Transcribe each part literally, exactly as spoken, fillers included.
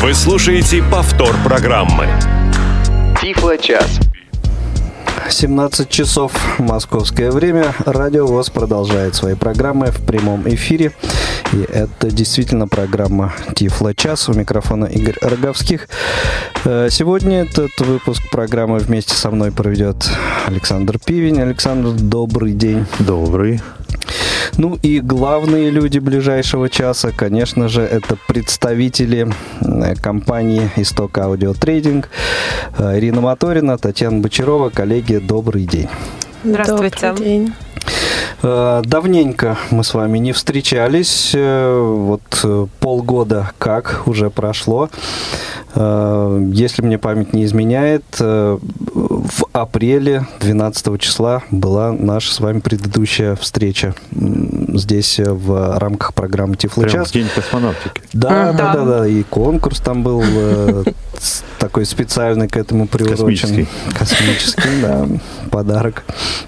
Вы слушаете повтор программы. Тифло-час. семнадцать часов московское время. Радио ВОС продолжает свои программы в прямом эфире. И это действительно программа Тифло-час. У микрофона Игорь Роговских. Сегодня этот выпуск программы вместе со мной проведет Александр Пивень. Александр, добрый день. Добрый. Ну и главные люди ближайшего часа, конечно же, это представители компании «Исток Аудио Трейдинг». Ирина Моторина, Татьяна Бочарова. Коллеги, добрый день. Здравствуйте. Добрый день. Давненько мы с вами не встречались. Вот полгода как уже прошло. Если мне память не изменяет, в апреле двенадцатого числа была наша с вами предыдущая встреча здесь в рамках программы Тифло-час. Прям в день космонавтики. Да, да, да, да. И конкурс там был такой специальный к этому приурочен. Космический. Космический, да, подарок.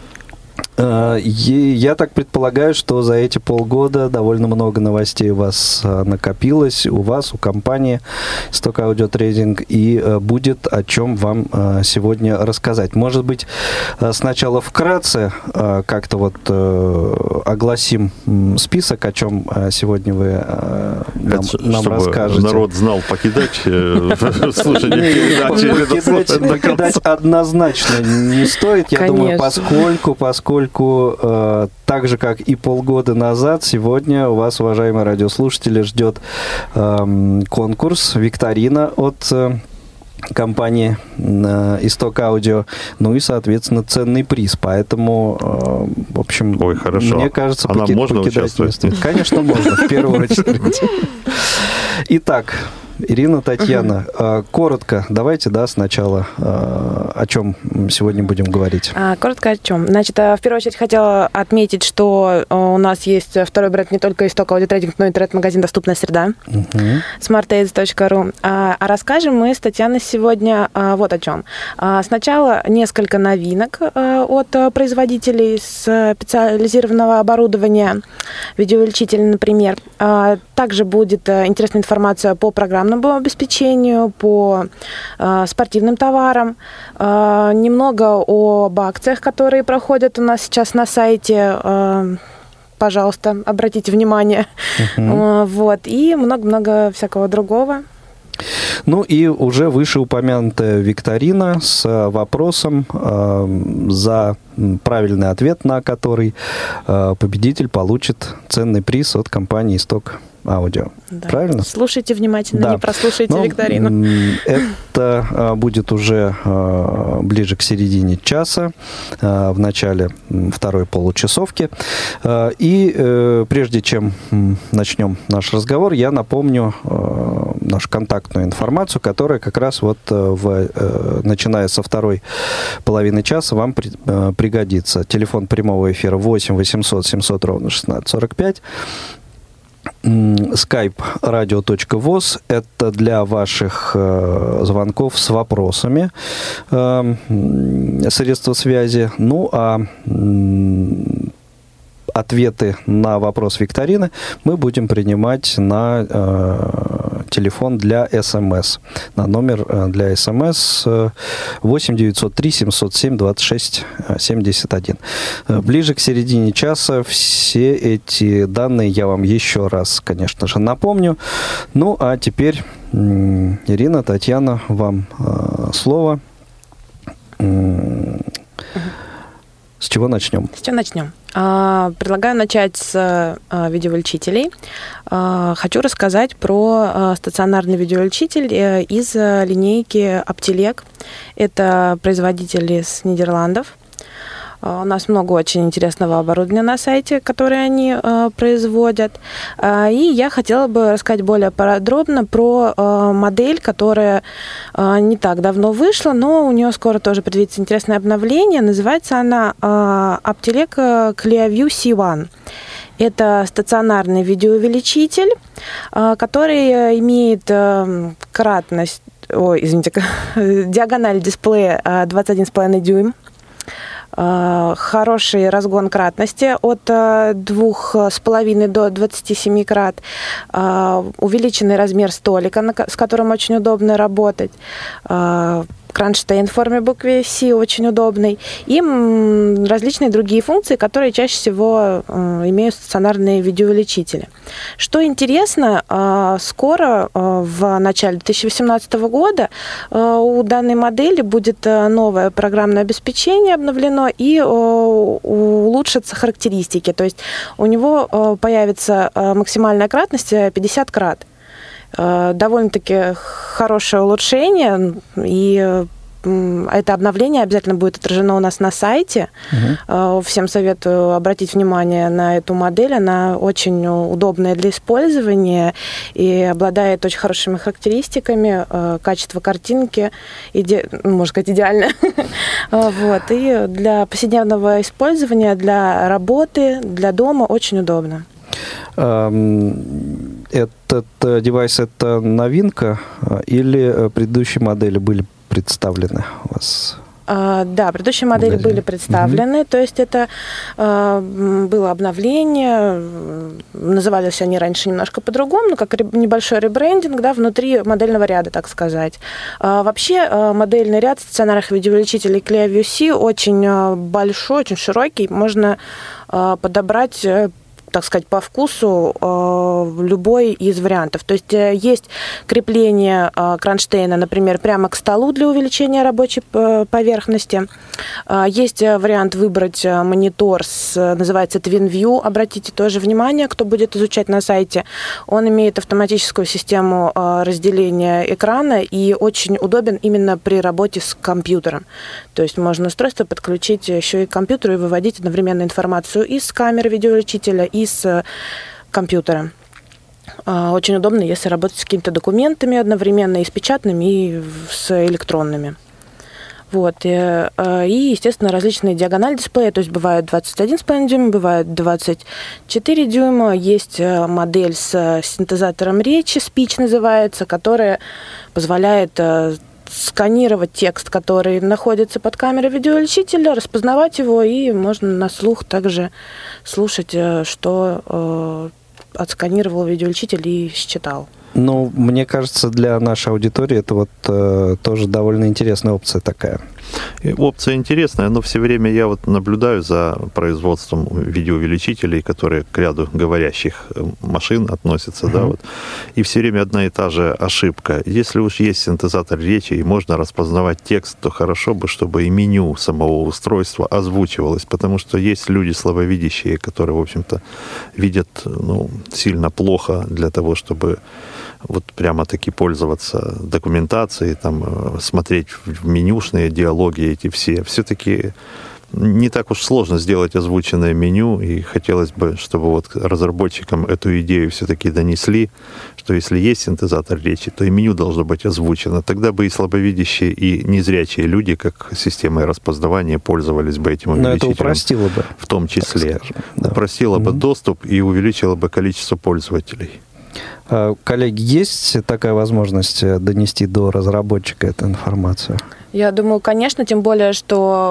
И я так предполагаю, что за эти полгода довольно много новостей у вас накопилось, у вас, у компании «Исток Аудио Трейдинг», и будет о чем вам сегодня рассказать. Может быть, сначала вкратце как-то вот огласим список, о чем сегодня вы нам, нам расскажете. Народ знал покидать слушание передачи. Покидать однозначно не стоит, я думаю, поскольку, поскольку Поскольку, так же, как и полгода назад, сегодня у вас, уважаемые радиослушатели, ждет э, конкурс, викторина от э, компании э, «Исток Аудио», ну и, соответственно, ценный приз. Поэтому, э, в общем, Ой, хорошо. мне кажется, а поки- можно покидать не стоит. участвовать? Конечно, можно, в первую очередь. Итак, Ирина, Татьяна, uh-huh. коротко, давайте, да, сначала о чем сегодня будем говорить. А, коротко о чем? Значит, в первую очередь хотела отметить, что у нас есть второй бренд не только «Исток Аудио Трейдинг», но и интернет-магазин «Доступная среда» uh-huh. смарт эйдс точка ру. А, а расскажем мы с Татьяной сегодня а, вот о чем. А, сначала несколько новинок а, от производителей специализированного оборудования, видеоувеличителей, например. А, также будет интересная информация по программному обеспечению, по э, спортивным товарам, э, немного об акциях, которые проходят у нас сейчас на сайте. Э, пожалуйста, обратите внимание. Uh-huh. Э, вот, и много-много всякого другого. Ну и уже вышеупомянутая викторина с вопросом, э, за правильный ответ на который э, победитель получит ценный приз от компании «Исток Аудио». Да. Правильно? Слушайте внимательно, да. Не прослушайте Но викторину. Это а, будет уже а, ближе к середине часа, а, в начале второй получасовки. А, и а, прежде чем начнем наш разговор, я напомню а, нашу контактную информацию, которая как раз вот в, а, начиная со второй половины часа вам при, а, пригодится. Телефон прямого эфира восемь восемьсот семьсот ровно шестнадцать сорок пять. Skype radio.voz — это для ваших э, звонков с вопросами э, средства связи. Ну, а э, ответы на вопрос викторины мы будем принимать на э, телефон для СМС, на номер э, для СМС э, восемь девятьсот три семьсот семь двадцать шесть семьдесят один. Ближе к середине часа все эти данные я вам еще раз, конечно же, напомню. Ну, а теперь, э, Ирина, Татьяна, вам э, слово. Э, С чего начнем? С чего начнем? Предлагаю начать с видеоувеличителей. Хочу рассказать про стационарный видеоувеличитель из линейки Optilec. Это производитель из Нидерландов. У нас много очень интересного оборудования на сайте, которое они э, производят. Э, и я хотела бы рассказать более подробно про э, модель, которая э, не так давно вышла, но у нее скоро тоже предвидится интересное обновление. Называется она э, Optilec ClearView си один. Это стационарный видеоувеличитель, э, который имеет э, кратность, ой, извините, диагональ дисплея двадцать один и пять дюйм. Хороший разгон кратности от двух с половиной до двадцати семи крат. Увеличенный размер столика, с которым очень удобно работать. Кронштейн в форме буквы C очень удобный. И различные другие функции, которые чаще всего имеют стационарные видеоувеличители. Что интересно, скоро, в начале две тысячи восемнадцатого года, у данной модели будет новое программное обеспечение обновлено и улучшатся характеристики. То есть у него появится максимальная кратность пятьдесят крат. Довольно-таки хорошее улучшение, и это обновление обязательно будет отражено у нас на сайте. Угу. Всем советую обратить внимание на эту модель. Она очень удобная для использования и обладает очень хорошими характеристиками. Качество картинки, иде... можно сказать, идеально. Вот. И для повседневного использования, для работы, для дома очень удобно. Этот девайс – это новинка или предыдущие модели были представлены у вас? Uh, да, предыдущие модели Модели. были представлены, mm-hmm. то есть это uh, было обновление, назывались они раньше немножко по-другому, ну, как ре- небольшой ребрендинг, да, внутри модельного ряда, так сказать. Uh, вообще uh, модельный ряд стационарных видеоувеличителей Clearview C очень uh, большой, очень широкий, можно uh, подобрать uh, так сказать, по вкусу э, любой из вариантов. То есть э, есть крепление э, кронштейна, например, прямо к столу для увеличения рабочей э, поверхности. Э, есть вариант выбрать э, монитор, с, называется TwinView. Обратите тоже внимание, кто будет изучать на сайте. Он имеет автоматическую систему э, разделения экрана и очень удобен именно при работе с компьютером. То есть можно устройство подключить еще и к компьютеру и выводить одновременно информацию из камеры видеоувеличителя, и с компьютера. Очень удобно, если работать с какими-то документами одновременно, и с печатными, и с электронными. Вот. И, естественно, различные диагонали дисплея, то есть бывают двадцать один с половиной дюйма, бывают двадцать четыре дюйма. Есть модель с синтезатором речи, Speech называется, которая позволяет сканировать текст, который находится под камерой видеоувеличителя, распознавать его, и можно на слух также слушать, что э, отсканировал видеоувеличитель и считал. Ну, мне кажется, для нашей аудитории это вот э, тоже довольно интересная опция такая. И опция интересная, но все время я вот наблюдаю за производством видеоувеличителей, которые к ряду говорящих машин относятся, mm-hmm. да, вот, и все время одна и та же ошибка. Если уж есть синтезатор речи и можно распознавать текст, то хорошо бы, чтобы и меню самого устройства озвучивалось, потому что есть люди слабовидящие, которые, в общем-то, видят, ну, сильно плохо для того, чтобы вот прямо-таки пользоваться документацией, там, смотреть в менюшные диалоги эти все. Все-таки не так уж сложно сделать озвученное меню, и хотелось бы, чтобы вот разработчикам эту идею все-таки донесли, что если есть синтезатор речи, то и меню должно быть озвучено. Тогда бы и слабовидящие, и незрячие люди, как системой распознавания, пользовались бы этим увеличителем. Но это упростило бы. В том числе. Да. Упростило mm-hmm. бы доступ и увеличило бы количество пользователей. Коллеги, есть такая возможность донести до разработчика эту информацию? Я думаю, конечно, тем более, что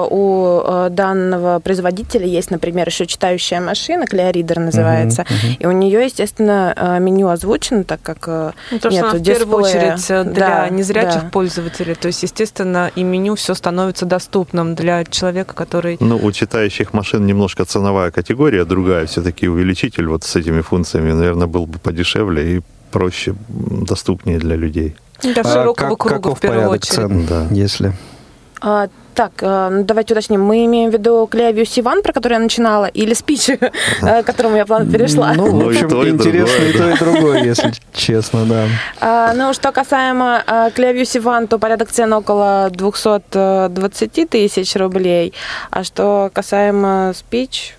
у данного производителя есть, например, еще читающая машина, Clearreader называется, uh-huh, uh-huh. и у нее, естественно, меню озвучено, так как ну, то, нет что она дисплея. В первую очередь для да, незрячих да. пользователей, то есть, естественно, и меню все становится доступным для человека, который... Ну, у читающих машин немножко ценовая категория другая, все-таки увеличитель вот с этими функциями, наверное, был бы подешевле и проще, доступнее для людей. Для широкого а как, круга, в первую очередь. Цен, да. если... А, так, ну, давайте уточним. Мы имеем в виду Clearview си один, про который я начинала, или Speech, к которому я плавно перешла? Ну, в общем, интересно и то, и другое, если честно, да. А, ну, что касаемо Clearview си один, то порядок цен около двести двадцать тысяч рублей. А что касаемо Speech...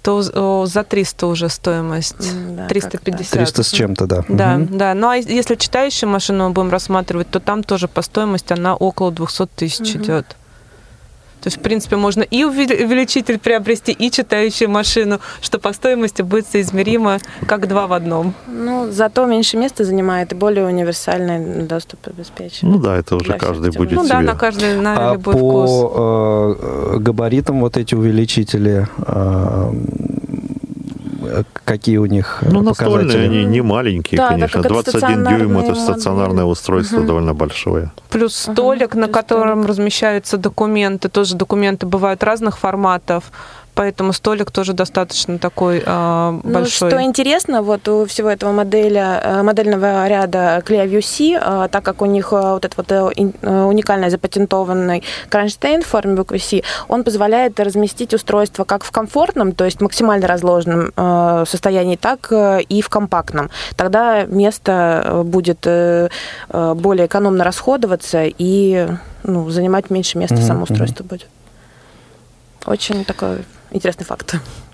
то за триста уже стоимость, да, триста пятьдесят. триста с чем-то, да. Да, угу. да. Ну, а если читающую машину мы будем рассматривать, то там тоже по стоимости она около двести тысяч угу. идет. То есть, в принципе, можно и увеличитель приобрести, и читающую машину, что по стоимости будет соизмеримо как два в одном. Ну, зато меньше места занимает и более универсальный доступ обеспечен. Ну да, это уже каждый будет ну, себе. Ну да, на каждый, на а любой по вкус. Э, габаритам вот эти увеличители, э, какие у них ну, показатели? настольные, они не маленькие, да, конечно. двадцать один дюйм – это стационарное устройство, угу. довольно большое. Плюс столик, угу, на котором столик. размещаются документы. Тоже документы бывают разных форматов. Поэтому столик тоже достаточно такой э, большой. Ну, что интересно, вот у всего этого моделя, модельного ряда ClearView C, э, так как у них э, вот этот вот э, уникальный запатентованный кронштейн в форме буквы C, он позволяет разместить устройство как в комфортном, то есть максимально разложенном э, состоянии, так э, и в компактном. Тогда место будет э, более экономно расходоваться и ну, занимать меньше места mm-hmm. само устройство будет. Очень такой интересный факт.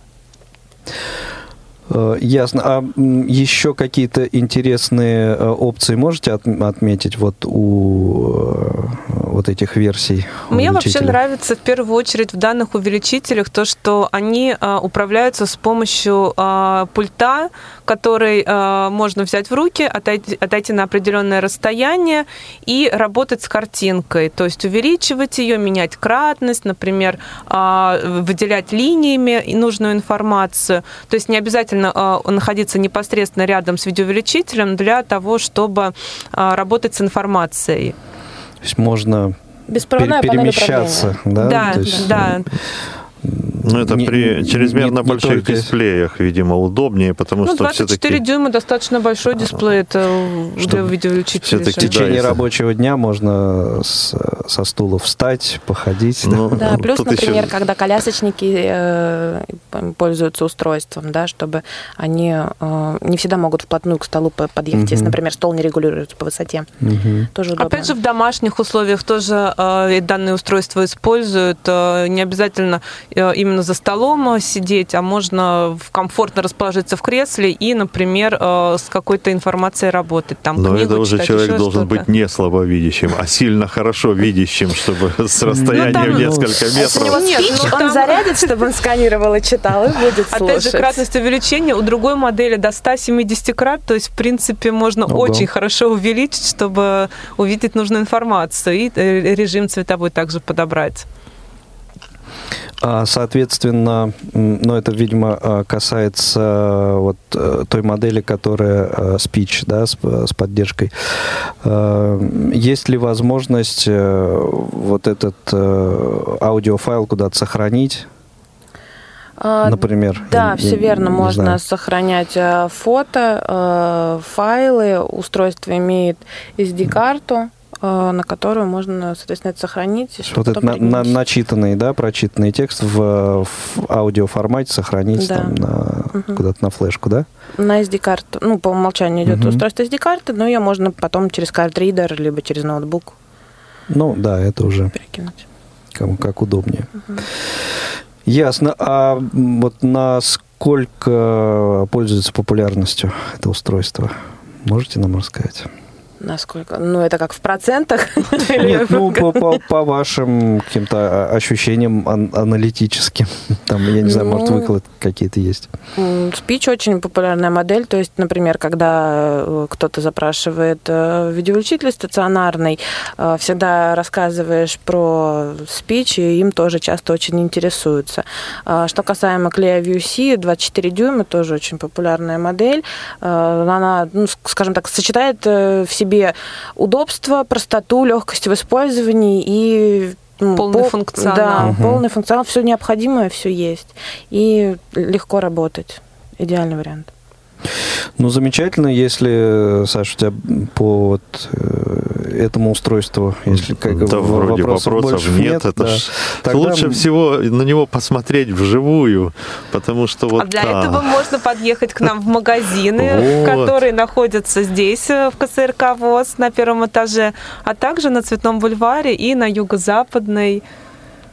Ясно. А еще какие-то интересные опции можете отметить вот у вот этих версий? Мне вообще нравится в первую очередь в данных увеличителях то, что они а, управляются с помощью а, пульта, который а, можно взять в руки, отойти, отойти на определенное расстояние и работать с картинкой. То есть увеличивать ее, менять кратность, например, а, выделять линиями нужную информацию. То есть не обязательно находиться непосредственно рядом с видеоувеличителем для того, чтобы работать с информацией. То есть можно беспроводная перемещаться, да? Да, То есть, да. Ну, это не, при чрезмерно не, не больших только... дисплеях, видимо, удобнее, потому ну, что двадцать четыре все-таки... дюйма достаточно большой дисплей, это для видеоувеличителя. В течение да, рабочего дня можно с, со стула встать, походить. Ну, да, ну, плюс, например, еще... когда колясочники э, пользуются устройством, да, чтобы они э, не всегда могут вплотную к столу подъехать, угу. если, например, стол не регулируется по высоте. Угу. Тоже удобно. Опять же, в домашних условиях тоже э, данные устройства используют. Э, не обязательно э, именно за столом сидеть, а можно комфортно расположиться в кресле и, например, с какой-то информацией работать. Там, но книгу это уже читать, человек должен что-то. быть не слабовидящим, а сильно хорошо видящим, чтобы с расстоянием ну, там, несколько ну, метров. У него Нет, спич, ну, он там... зарядит, чтобы он сканировал и читал, и будет слушать. Опять же, кратность увеличения у другой модели до ста семидесяти крат, то есть, в принципе, можно Ого. очень хорошо увеличить, чтобы увидеть нужную информацию, и режим цветовой также подобрать. Соответственно, ну, это, видимо, касается вот той модели, которая Speech, да, с, с поддержкой. Есть ли возможность вот этот аудиофайл куда-то сохранить? Например. Да, я, все я, верно. не Можно знаю. сохранять фото, файлы. Устройство имеет эс ди-карту, на которую можно, соответственно, это сохранить. Вот это на, на, начитанный, да, прочитанный текст в, в аудиоформате сохранить да. там на, угу. куда-то на флешку, да? На эс ди-карту. Ну, по умолчанию идет угу. устройство эс ди-карты, но ее можно потом через картридер, либо через ноутбук. Ну, да, это уже перекинуть. Кому как удобнее. Угу. Ясно. А вот насколько пользуется популярностью это устройство? Можете нам рассказать? Насколько? Ну, это как в процентах? Нет, ну, по, по, по вашим каким-то ощущениям ан- аналитическим. Там, я не знаю, ну, может, выкладки какие-то есть. Speech очень популярная модель. То есть, например, когда кто-то запрашивает видеоувеличитель стационарный, всегда рассказываешь про Speech, и им тоже часто очень интересуются. Что касаемо ClearView C, двадцать четыре дюйма, тоже очень популярная модель. Она, ну, скажем так, сочетает в себе удобство, простоту, легкость в использовании и ну, полный пол, функционал. Да, угу. полный функционал, все необходимое, все есть. И легко работать. Идеальный вариант. Ну, замечательно, если, Саша, у тебя по вот, этому устройству, если как да, вроде вопросов, вопросов нет, нет, это да. ж Тогда... лучше всего на него посмотреть вживую, потому что вот... А для а... этого можно подъехать к нам в магазины, вот. которые находятся здесь, в ка эс эр ка ВОС на первом этаже, а также на Цветном бульваре и на юго-западной.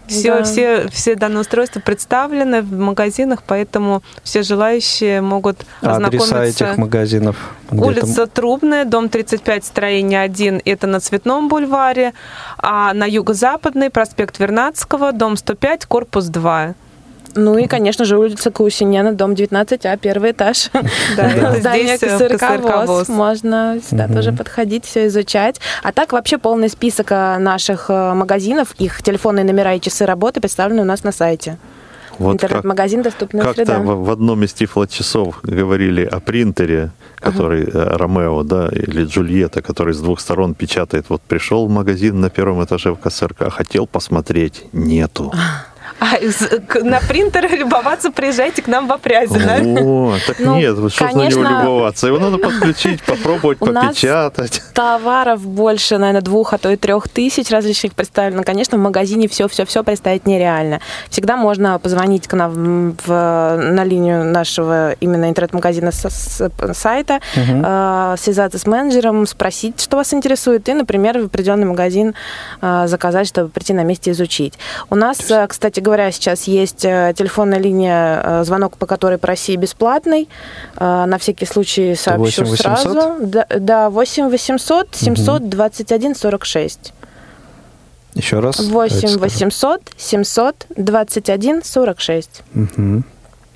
Все, Да. все, все данные устройства представлены в магазинах, поэтому все желающие могут ознакомиться. Адреса этих магазинов? Улица Трубная, дом тридцать пять, строение один, это на Цветном бульваре, а на юго-западный проспект Вернадского, дом сто пять, корпус два. Ну и, конечно же, улица Каусиняна, дом девятнадцать А, первый этаж. Да, это Здание здесь КСРК ВОС. КСРК Можно сюда тоже подходить, все изучать. А так вообще полный список а, наших а, магазинов, их телефонные номера и часы работы представлены у нас на сайте. Вот Интернет-магазин «Доступная как-то среда». в, в одном из тифлочасов говорили о принтере, который uh-huh. Ромео, да, или Джульетта, который с двух сторон печатает. Вот пришел в магазин на первом этаже в КСРК, хотел посмотреть, нету. А на принтер любоваться приезжайте к нам в Апрязино. О, так Ну, нет, что ж на конечно, него любоваться? Его надо подключить, попробовать, у нас попечатать. Товаров больше, наверное, двух, а то и трех тысяч различных представлено. Конечно, в магазине все-все-все представить нереально. Всегда можно позвонить к нам в, на линию нашего именно интернет-магазина с, с сайта, Угу. э, связаться с менеджером, спросить, что вас интересует, и, например, в определенный магазин э, заказать, чтобы прийти на месте изучить. У нас, э, кстати говоря, сейчас есть э, телефонная линия, э, звонок по которой по России бесплатный. Э, на всякий случай сообщу восемь восемьсот? сразу. Да, да, восемь восемьсот семьсот двадцать один сорок шесть. Еще раз. восемь восемьсот семьсот двадцать один сорок шесть. Угу.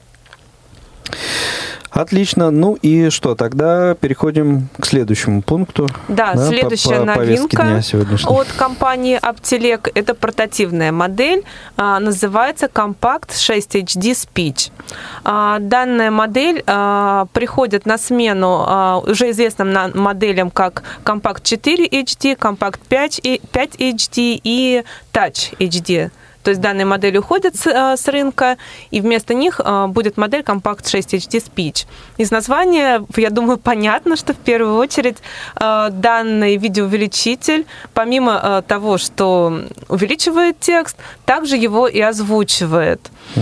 Отлично. Ну и что, тогда переходим к следующему пункту. Да, да, следующая по, по повестке новинка дня сегодняшней. от компании Aptilec. Это портативная модель, а, называется Compact шесть эйч ди Speech. А, данная модель а, приходит на смену а, уже известным нам моделям, как Compact четыре эйч ди, Compact пять эйч ди и Touch эйч ди. То есть данные модели уходят с, с рынка, и вместо них будет модель Compact шесть эйч ди Speech. Из названия, я думаю, понятно, что в первую очередь данный видеоувеличитель, помимо того, что увеличивает текст, также его и озвучивает.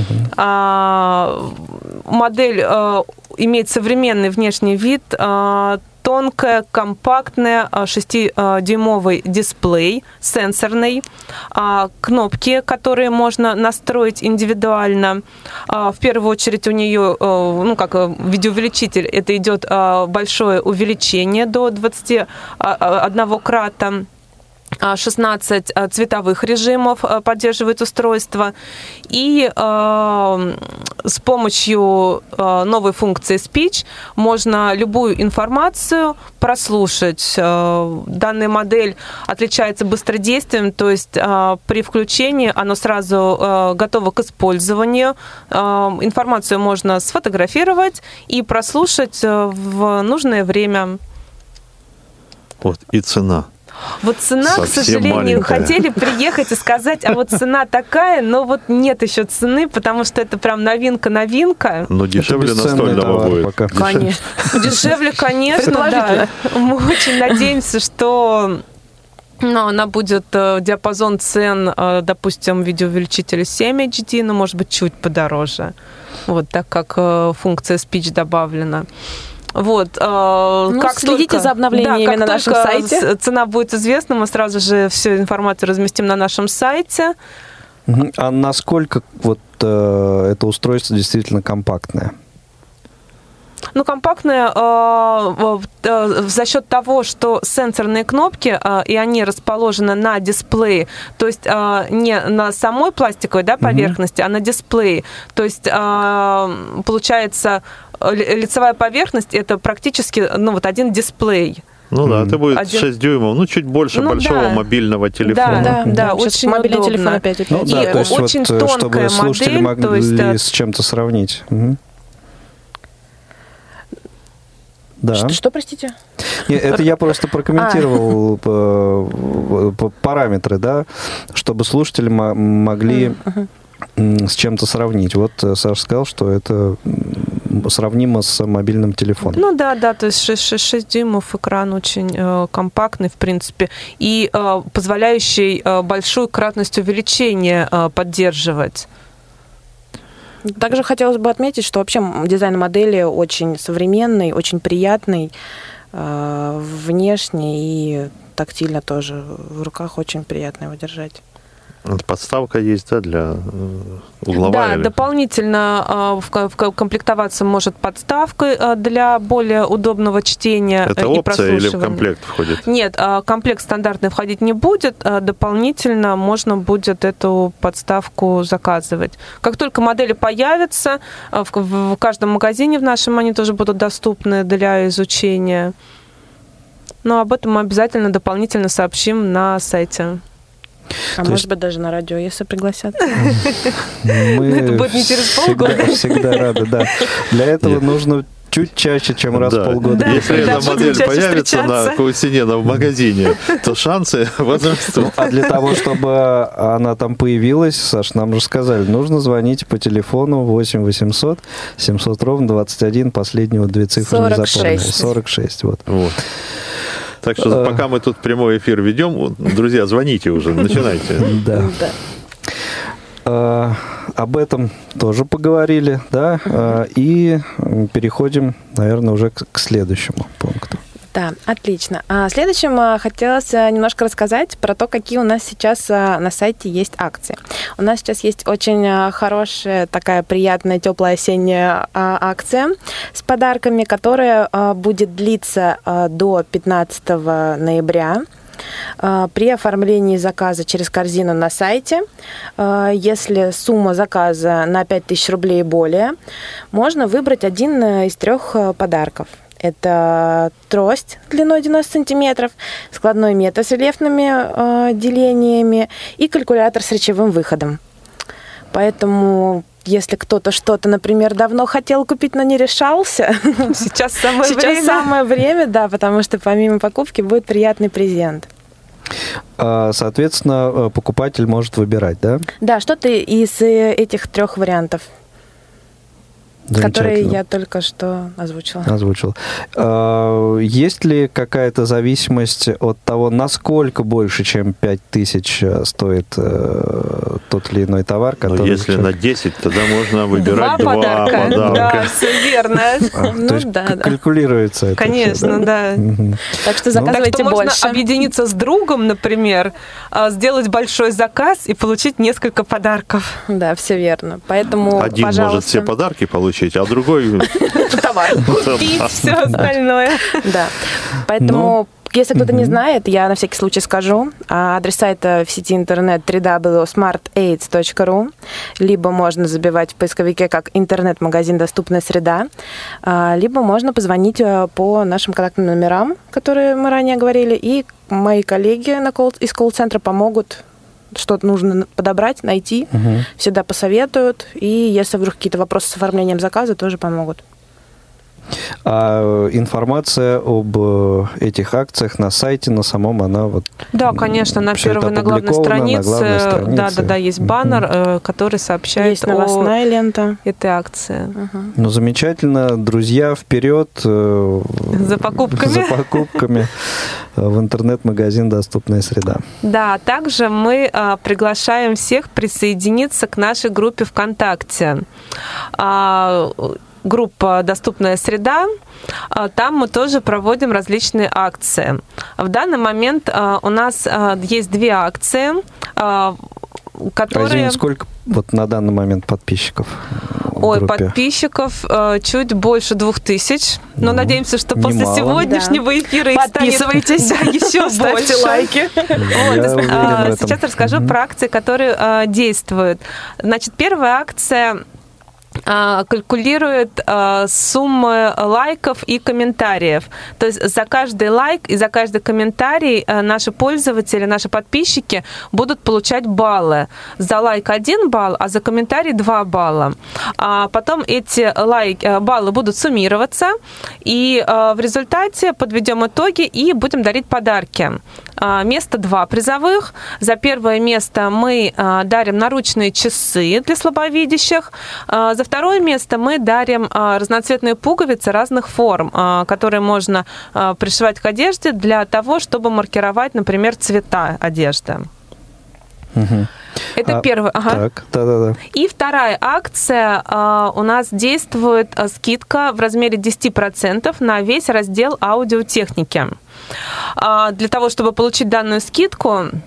Uh-huh. Модель имеет современный внешний вид, тонкая, компактная, шестидюймовый дисплей, сенсорный, кнопки, которые можно настроить индивидуально. В первую очередь у нее, ну, как видеоувеличитель, это идет большое увеличение до двадцати одного крата. шестнадцать цветовых режимов поддерживает устройство. И э, с помощью э, новой функции Speech можно любую информацию прослушать. Э, данная модель отличается быстродействием, то есть э, при включении оно сразу э, готово к использованию. Э, информацию можно сфотографировать и прослушать в нужное время. Вот и цена. Вот цена, Совсем к сожалению, маленькая. Хотели приехать и сказать, а вот цена такая, но вот нет еще цены, потому что это прям новинка-новинка. Но дешевле бесценный настольного товар будет. пока. Конечно. Дешевле, конечно, да. Мы очень надеемся, что ну, она будет э, диапазон цен, э, допустим, видеоувеличителя семь эйч ди, но, может быть, чуть подороже. Вот, так как э, функция Speech добавлена. Вот, э, Ну, как следите только, за обновлениями да, как на нашем только сайте. цена будет известна, мы сразу же всю информацию разместим на нашем сайте. Мгм. А насколько вот э, это устройство действительно компактное? Ну, компактная э, э, за счет того, что сенсорные кнопки, э, и они расположены на дисплее, то есть э, не на самой пластиковой, да, поверхности, mm-hmm. а на дисплее. То есть э, получается, лицевая поверхность – это практически ну, вот один дисплей. Ну да, это будет Один... шесть дюймов, ну чуть больше ну, большого да. мобильного телефона. Да, да, да, Сейчас очень мобильный удобно. телефон опять опять. Ну, И да, то есть очень вот, тонкая чтобы слушатели модель, могли то есть, с чем-то сравнить. Угу. Да. Что, что, простите? Не, это я просто прокомментировал по, по параметры, да, чтобы слушатели м- могли Uh-huh. с чем-то сравнить. Вот Саша сказал, что это сравнимо с мобильным телефоном. Ну да, да, то есть шесть дюймов экран очень э, компактный, в принципе, и э, позволяющий э, большую кратность увеличения э, поддерживать. Также хотелось бы отметить, что вообще дизайн модели очень современный, очень приятный э, внешне и тактильно тоже. В руках очень приятно его держать. Подставка есть, да, для угловая? Да, или... дополнительно комплектоваться может подставкой для более удобного чтения Это и опция или в прослушивания. комплект входит? Нет, комплект стандартный входить не будет, дополнительно можно будет эту подставку заказывать. Как только модели появятся, в каждом магазине в нашем они тоже будут доступны для изучения. Но об этом мы обязательно дополнительно сообщим на сайте. А То может есть... быть, даже на радио, если пригласят. Мы это будет не через всегда, полгода. Всегда рады, да. Для этого нужно чуть чаще, чем раз да. в полгода. Да. Если Да, эта модель появится встречаться. на Каусине в магазине, то шансы возрастут. А для того, чтобы она там появилась, Саш, нам же сказали, нужно звонить по телефону восемь восемьсот семьсот ровно двадцать один, последнего две цифры не сорок запомнили. шесть. сорок шесть, вот. Вот. Так что пока мы тут прямой эфир ведем, друзья, звоните уже, начинайте. Да. Да. А, об этом тоже поговорили, да, а, и переходим, наверное, уже к, к следующему пункту. Да, отлично. А следующим а, хотелось а, немножко рассказать про то, какие у нас сейчас а, на сайте есть акции. У нас сейчас есть очень а, хорошая, такая приятная, теплая осенняя а, акция с подарками, которая а, будет длиться а, до пятнадцатого ноября. При оформлении заказа через корзину на сайте, если сумма заказа на пять тысяч рублей и более, можно выбрать один из трех подарков. Это трость длиной девяносто сантиметров, складной метр с рельефными делениями и калькулятор с речевым выходом. Поэтому... Если кто-то что-то, например, давно хотел купить, но не решался, Сейчас самое сейчас время. самое время, да, потому что помимо покупки будет приятный презент. А, соответственно, покупатель может выбирать, да? Да, что-то из этих трех вариантов, которые я только что озвучила. Озвучил. А, есть ли какая-то зависимость от того, насколько больше, чем пять тысяч стоит э, тот или иной товар, Но который... если на десять, тогда можно выбирать два, подарка. подарка. Да, все верно. А, Ну то есть да, к- да. калькулируется это Конечно, всё, да. Мгм. Так что Ну, Так заказывайте что можно больше. объединиться с другом, например, а, сделать большой заказ и получить несколько подарков. Да, все верно. Поэтому, Один пожалуйста, может все подарки получить, а другой... товар. Купить все остальное. Да. Поэтому, если кто-то не знает, я на всякий случай скажу. А, Адрес сайта в сети интернет дабл ю дабл ю дабл ю точка смарт эйдс точка ру, либо можно забивать в поисковике как интернет-магазин «Доступная среда», а, либо можно позвонить а, по нашим контактным номерам, которые мы ранее говорили, и мои коллеги на колл- из колл-центра помогут что-то нужно подобрать, найти, Мгм. всегда посоветуют, и если вдруг какие-то вопросы с оформлением заказа, тоже помогут. А информация об э, этих акциях на сайте, на самом, она вот... Да, конечно, на всё это первой, на главной опубликовано, на странице, главной да, странице. да, да, есть Мгм. баннер, э, который сообщает Есть о новостная лента. этой акции. Мгм. Ну, замечательно. Друзья, вперед э, За покупками. за покупками в интернет-магазин «Доступная среда». Да, также мы а, приглашаем всех присоединиться к нашей группе ВКонтакте. А, группа «Доступная среда». А, Там мы тоже проводим различные акции. В данный момент а, у нас а, есть две акции, а, А которые... извини, сколько вот на данный момент подписчиков в Ой, группе? подписчиков э, чуть больше двух тысяч. Но Ну, надеемся, что после немало. сегодняшнего эфира их станет Подписывайтесь. да, еще Ставьте больше. лайки. Вот, Я то есть, уверен а, в этом. сейчас расскажу Мгм. про акции, которые а, действуют. Значит, первая акция а, калькулирует а, суммы лайков и комментариев. То есть за каждый лайк и за каждый комментарий а, наши пользователи, наши подписчики будут получать баллы. За лайк один балл, а за комментарий два балла. А потом эти лайк, а, баллы будут суммироваться, и а, в результате подведем итоги и будем дарить подарки. А, Место два призовых. За первое место мы а, дарим наручные часы для слабовидящих. А, За второе место мы дарим а, разноцветные пуговицы разных форм, а, которые можно а, пришивать к одежде для того, чтобы маркировать, например, цвета одежды. Мгм. Это А, первое. Ага. Так, да-да-да. И вторая акция. а, У нас действует а, скидка в размере десять процентов на весь раздел аудиотехники. А, Для того, чтобы получить данную скидку,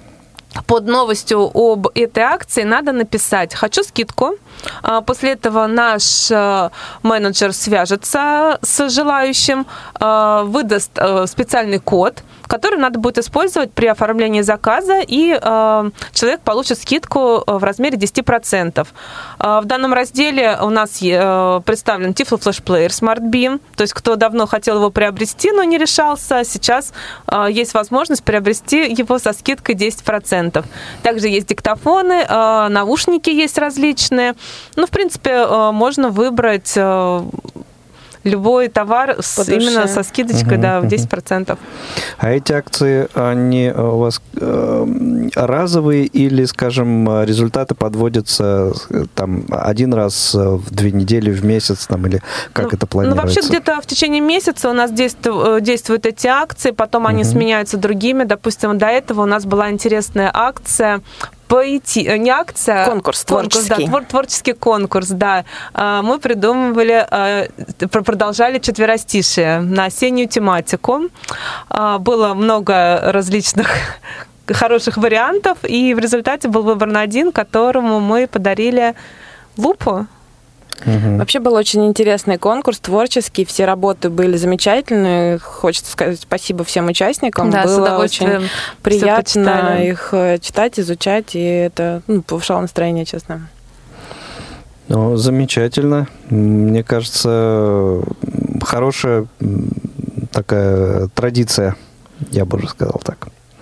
под новостью об этой акции надо написать «хочу скидку». После этого наш менеджер свяжется с желающим, выдаст специальный код, который надо будет использовать при оформлении заказа, и э, человек получит скидку в размере десять процентов. Э, в данном разделе у нас э, представлен Tiflo Flash Player Smart Beam, то есть кто давно хотел его приобрести, но не решался, сейчас э, есть возможность приобрести его со скидкой десять процентов. Также есть диктофоны, э, наушники есть различные. Ну, в принципе, э, можно выбрать... Э, любой товар с, именно со скидочкой, угу, да, в десять процентов. А эти акции, они у вас э, разовые или, скажем, результаты подводятся там один раз в две недели, в месяц, там, или как ну, это планируется? Ну, вообще где-то в течение месяца у нас действуют, действуют эти акции, потом они угу. сменяются другими. Допустим, до этого у нас была интересная акция Поэти... Не акция, конкурс, конкурс творческий. Да, творческий конкурс, да. Мы придумывали, продолжали четверостишие на осеннюю тематику. Было много различных хороших вариантов, и в результате был выбран один, которому мы подарили лупу. Угу. Вообще был очень интересный конкурс, творческий, все работы были замечательные. Хочется сказать спасибо всем участникам. Да, было очень приятно их читать, изучать, и это ну, повышало настроение, честно. Ну, замечательно. Мне кажется, хорошая такая традиция, я бы уже сказал так.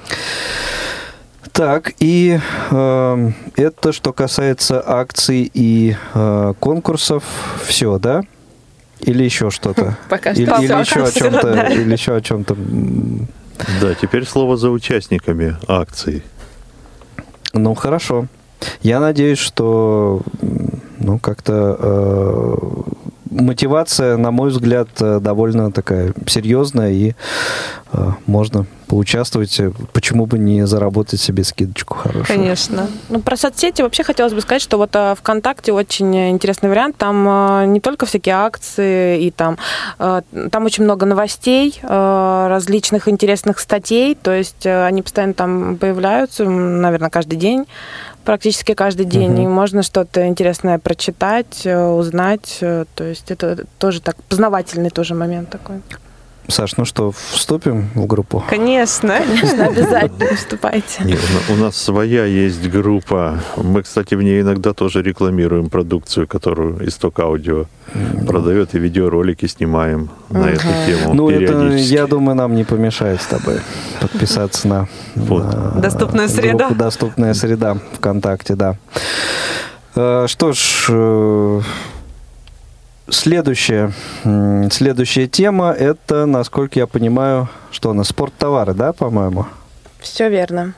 Так, и э, это что касается акций и э, конкурсов, все, да? Или еще что-то? Пока или, что. Или еще о чем-то, да. Или еще о чем-то. Да, теперь слово за участниками акций. Ну, хорошо. Я надеюсь, что ну, как-то э, мотивация, на мой взгляд, довольно такая серьезная, и э, можно поучаствовать, почему бы не заработать себе скидочку хорошую. Конечно. Ну, про соцсети вообще хотелось бы сказать, что вот ВКонтакте очень интересный вариант. Там не только всякие акции, и там, там очень много новостей, различных интересных статей, то есть они постоянно там появляются, наверное, каждый день, практически каждый день, угу. и можно что-то интересное прочитать, узнать, то есть это тоже так познавательный тоже момент такой. Саш, ну что, вступим в группу? Конечно. Конечно, обязательно вступайте. Нет, у нас своя есть группа. Мы, кстати, в ней иногда тоже рекламируем продукцию, которую Исток Аудио mm. продает, и видеоролики снимаем uh-huh. на эту тему ну, периодически. Это, я думаю, нам не помешает с тобой подписаться на, вот. на Доступная среда. группу «Доступная среда» ВКонтакте, да. Что ж... Следующая, следующая тема, это, насколько я понимаю, что у нас спорттовары, да, по-моему? Все верно.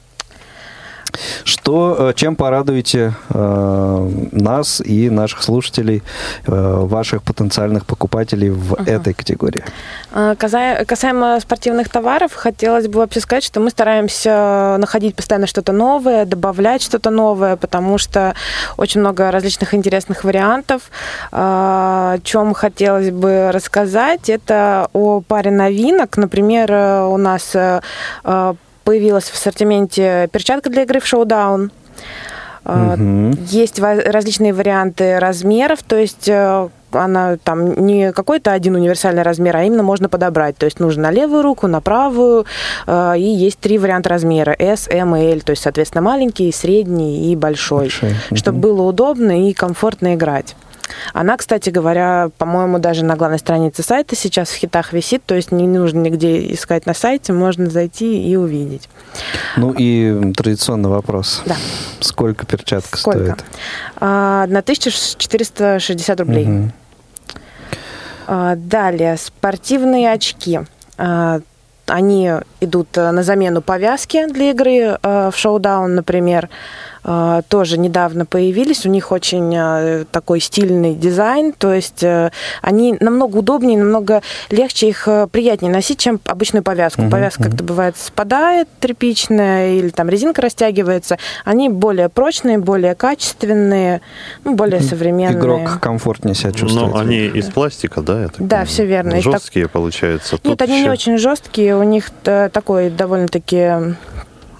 Что, чем порадуете э, нас и наших слушателей, э, ваших потенциальных покупателей в uh-huh. этой категории? Касаемо, касаемо спортивных товаров, хотелось бы вообще сказать, что мы стараемся находить постоянно что-то новое, добавлять что-то новое, потому что очень много различных интересных вариантов. О чем хотелось бы рассказать, это о паре новинок. Например, у нас появилась в ассортименте перчатка для игры в шоудаун. Uh-huh. Есть различные варианты размеров, то есть она там не какой-то один универсальный размер, а именно можно подобрать. То есть нужно на левую руку, на правую, и есть три варианта размера: S, M и L, то есть, соответственно, маленький, средний и большой, большой. Uh-huh. чтобы было удобно и комфортно играть. Она, кстати говоря, по-моему, даже на главной странице сайта сейчас в хитах висит, то есть не нужно нигде искать на сайте, можно зайти и увидеть. Ну и традиционный вопрос. Да. Сколько перчатка Сколько? стоит? тысяча четыреста шестьдесят рублей. Угу. Далее, спортивные очки. Они идут на замену повязки для игры в шоудаун, например. Тоже недавно появились. У них очень такой стильный дизайн, то есть они намного удобнее, намного легче, их приятнее носить, чем обычную повязку. Uh-huh, Повязка uh-huh. как-то бывает спадает, тряпичная, или там резинка растягивается. Они более прочные, более качественные, ну, более современные. Игрок комфортнее себя чувствует. Но они из пластика, да? Я так да, понимаю? Все верно. Жесткие, так... получается? Нет, они еще... не очень жесткие, у них такой довольно-таки...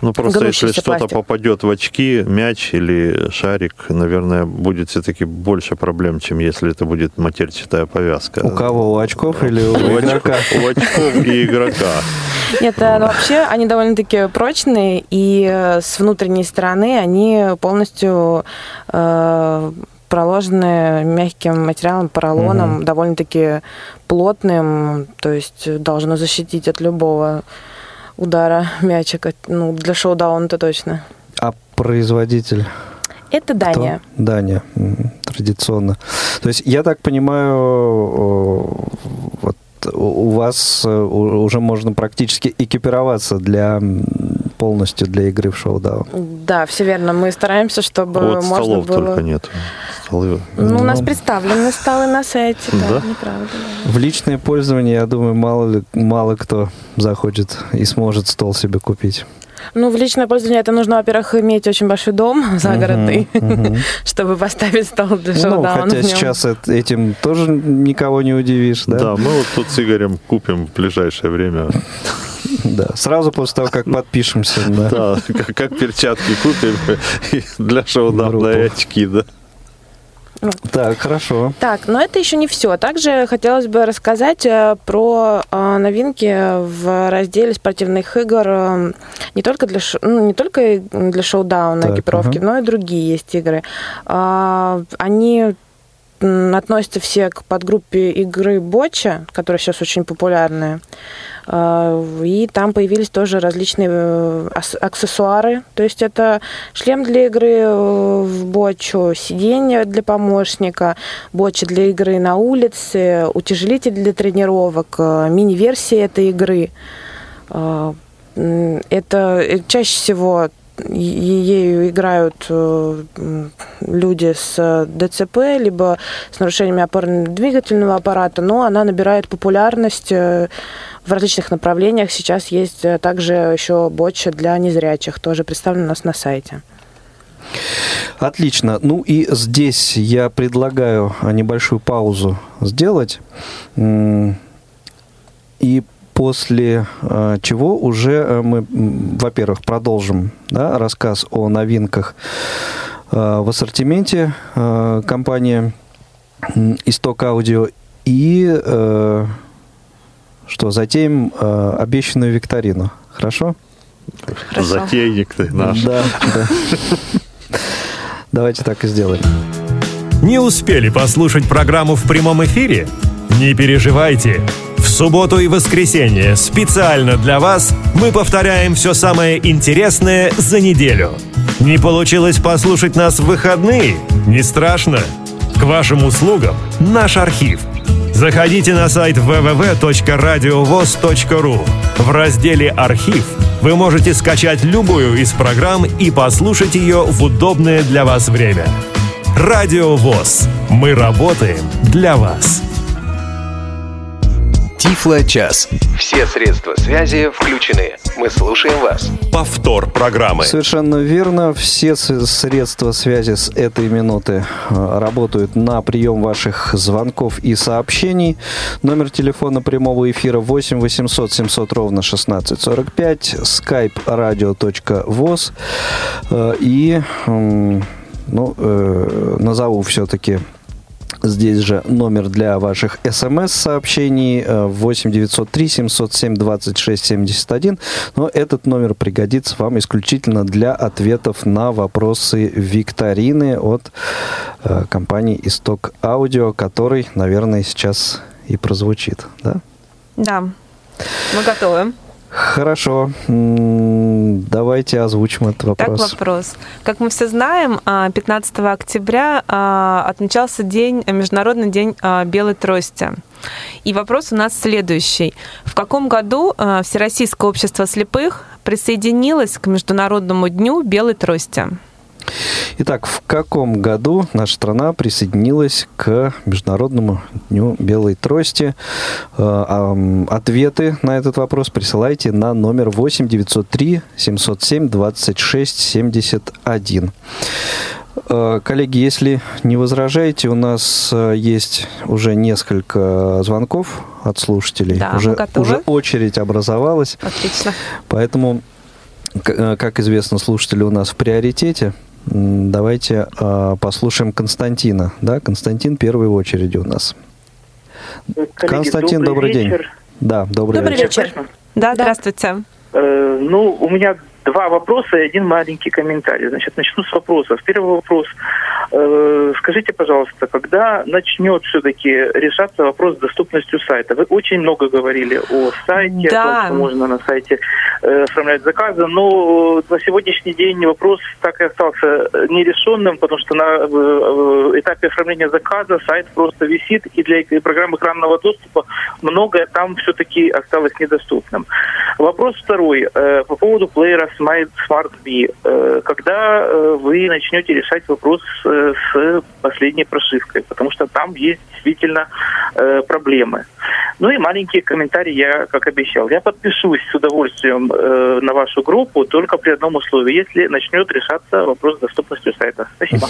Ну, просто если что-то пластик. попадет в очки, мяч или шарик, наверное, будет все-таки больше проблем, чем если это будет матерчатая повязка. У кого? У очков или у игрока? У очков и игрока. Нет, ну, вообще они довольно-таки прочные, и с внутренней стороны они полностью э, проложены мягким материалом, поролоном, угу. довольно-таки плотным, то есть должно защитить от любого удара мячика. Ну, для шоу-дауна-то точно. А производитель? Это Дания. Кто? Дания, традиционно. То есть, я так понимаю, вот у вас уже можно практически экипироваться для полностью для игры в шоу-даун. Да, все верно. Мы стараемся, чтобы вот можно столов было... только нет. Столы... Ну, ну, у нас представлены столы на сайте, да, да? Неправда. Да. В личное пользование, я думаю, мало, ли, мало кто захочет и сможет стол себе купить. Ну, в личное пользование это нужно, во-первых, иметь очень большой дом загородный, uh-huh, uh-huh. чтобы поставить стол для шоу-дауна. Ну, хотя сейчас этим тоже никого не удивишь, да? Да, мы вот тут с Игорем купим в ближайшее время. Да, сразу после того, как подпишемся. Да, да как, как перчатки купим для шоу-дауна и очки, да. Так, хорошо. Так, но это еще не все. Также хотелось бы рассказать про новинки в разделе спортивных игр не только для, ну, не только для шоу-дауна экипировки, ага. но и другие есть игры. Они относятся все к подгруппе игры боча, которая сейчас очень популярная. И там появились тоже различные аксессуары. То есть это шлем для игры в бочу, сиденье для помощника, боча для игры на улице, утяжелитель для тренировок, мини-версия этой игры. Это чаще всего ею играют люди с ДЦП, либо с нарушениями опорно-двигательного аппарата, но она набирает популярность в различных направлениях. Сейчас есть также еще боча для незрячих, тоже представлена у нас на сайте. Отлично. Ну и здесь я предлагаю небольшую паузу сделать. И после э, чего уже мы, во-первых, продолжим да, рассказ о новинках э, в ассортименте э, компании «Исток Аудио» и э, что, затеем э, обещанную викторину. Хорошо? Хорошо. Затейник ты наш. Да, да. Давайте так и сделаем. Не успели послушать программу в прямом эфире? Не переживайте. В субботу и воскресенье специально для вас мы повторяем все самое интересное за неделю. Не получилось послушать нас в выходные? Не страшно. К вашим услугам наш архив. Заходите на сайт дабл ю дабл ю дабл ю точка радиовос точка ру. В разделе «Архив» вы можете скачать любую из программ и послушать ее в удобное для вас время. Радио ВОС. Мы работаем для вас. Тифло-час. Все средства связи включены. Мы слушаем вас. Повтор программы. Совершенно верно. Все средства связи с этой минуты работают на прием ваших звонков и сообщений. Номер телефона прямого эфира восемь восемьсот семьсот ровно шестнадцать сорок пять. Skype radio.voz. И ну, назову все-таки здесь же номер для ваших смс-сообщений восемь девятьсот три семьсот семь двадцать шесть семьдесят один. Но этот номер пригодится вам исключительно для ответов на вопросы викторины от э, компании «Исток Аудио», который, наверное, сейчас и прозвучит. Да? Да, мы готовы. Хорошо. Давайте озвучим этот вопрос. Так, вопрос. Как мы все знаем, пятнадцатого октября отмечался день, Международный день белой трости. И вопрос у нас следующий. В каком году Всероссийское общество слепых присоединилось к Международному дню белой трости? Итак, в каком году наша страна присоединилась к Международному дню белой трости? Ответы на этот вопрос присылайте на номер восемь девятьсот три семьсот семь двадцать шесть семьдесят один. Коллеги, если не возражаете, у нас есть уже несколько звонков от слушателей. Да, уже, мы готовы. Уже очередь образовалась. Отлично. Поэтому Как известно, слушатели у нас в приоритете. Давайте э, послушаем Константина. Да, Константин в первой очереди у нас. Коллеги, Константин, добрый, добрый день. Да, добрый, добрый вечер. вечер. Да, здравствуйте. Э, ну, у меня два вопроса и один маленький комментарий. Значит, начну с вопросов. Первый вопрос. Э, скажите, пожалуйста, когда начнет все-таки решаться вопрос с доступностью сайта? Вы очень много говорили о сайте, да. о том, что можно на сайте э, оформлять заказы, но на сегодняшний день вопрос так и остался нерешенным, потому что на э, этапе оформления заказа сайт просто висит, и для программы экранного доступа многое там все-таки осталось недоступным. Вопрос второй. Э, по поводу плеера SmartBee. Э, когда э, вы начнете решать вопрос э, с последней прошивкой, потому что там есть действительно э, проблемы. Ну и маленький комментарий я, как обещал. Я подпишусь с удовольствием э, на вашу группу только при одном условии, если начнет решаться вопрос с доступностью сайта. Спасибо.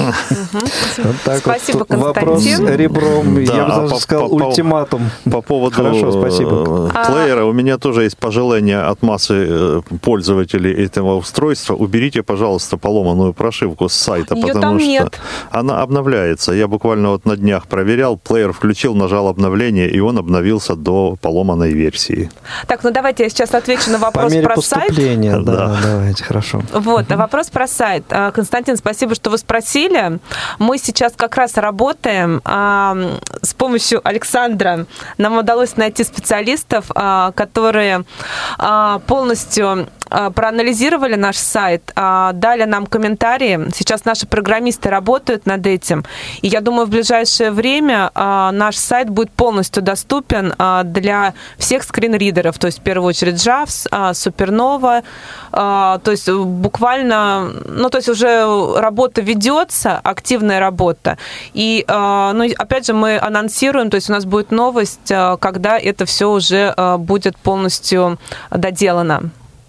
Спасибо, Константин. Вопрос ребром, я бы даже сказал, ультиматум. По поводу Хорошо, спасибо. плеера у меня тоже есть пожелание от массы пользователей этого устройства. Уберите, пожалуйста, поломанную прошивку с сайта, Ее потому там что нет. она обновляется. Я буквально вот на днях проверял, плеер включил, нажал обновление, и он обновился до поломанной версии. Так, ну давайте я сейчас отвечу на вопрос По мере про сайт. поступления, да, Да. давайте, хорошо. Вот, вопрос про сайт. А, Константин, спасибо, что вы спросили. Мы сейчас как раз работаем а, с помощью Александра. Нам удалось найти специалистов, а, которые а, полностью а, проанализировали наш сайт, а, дали нам комментарии. Сейчас наши программисты работают над этим. И я думаю, в ближайшее время а, наш сайт будет полностью доступен а, для всех скринридеров. То есть, в первую очередь, джавс, а, Supernova. А, то есть, буквально... Ну, то есть, уже работа ведется, активная работа. И, а, ну, опять же, мы анонсируем, то есть, у нас будет новость, а, когда это все уже а, будет полностью доделано.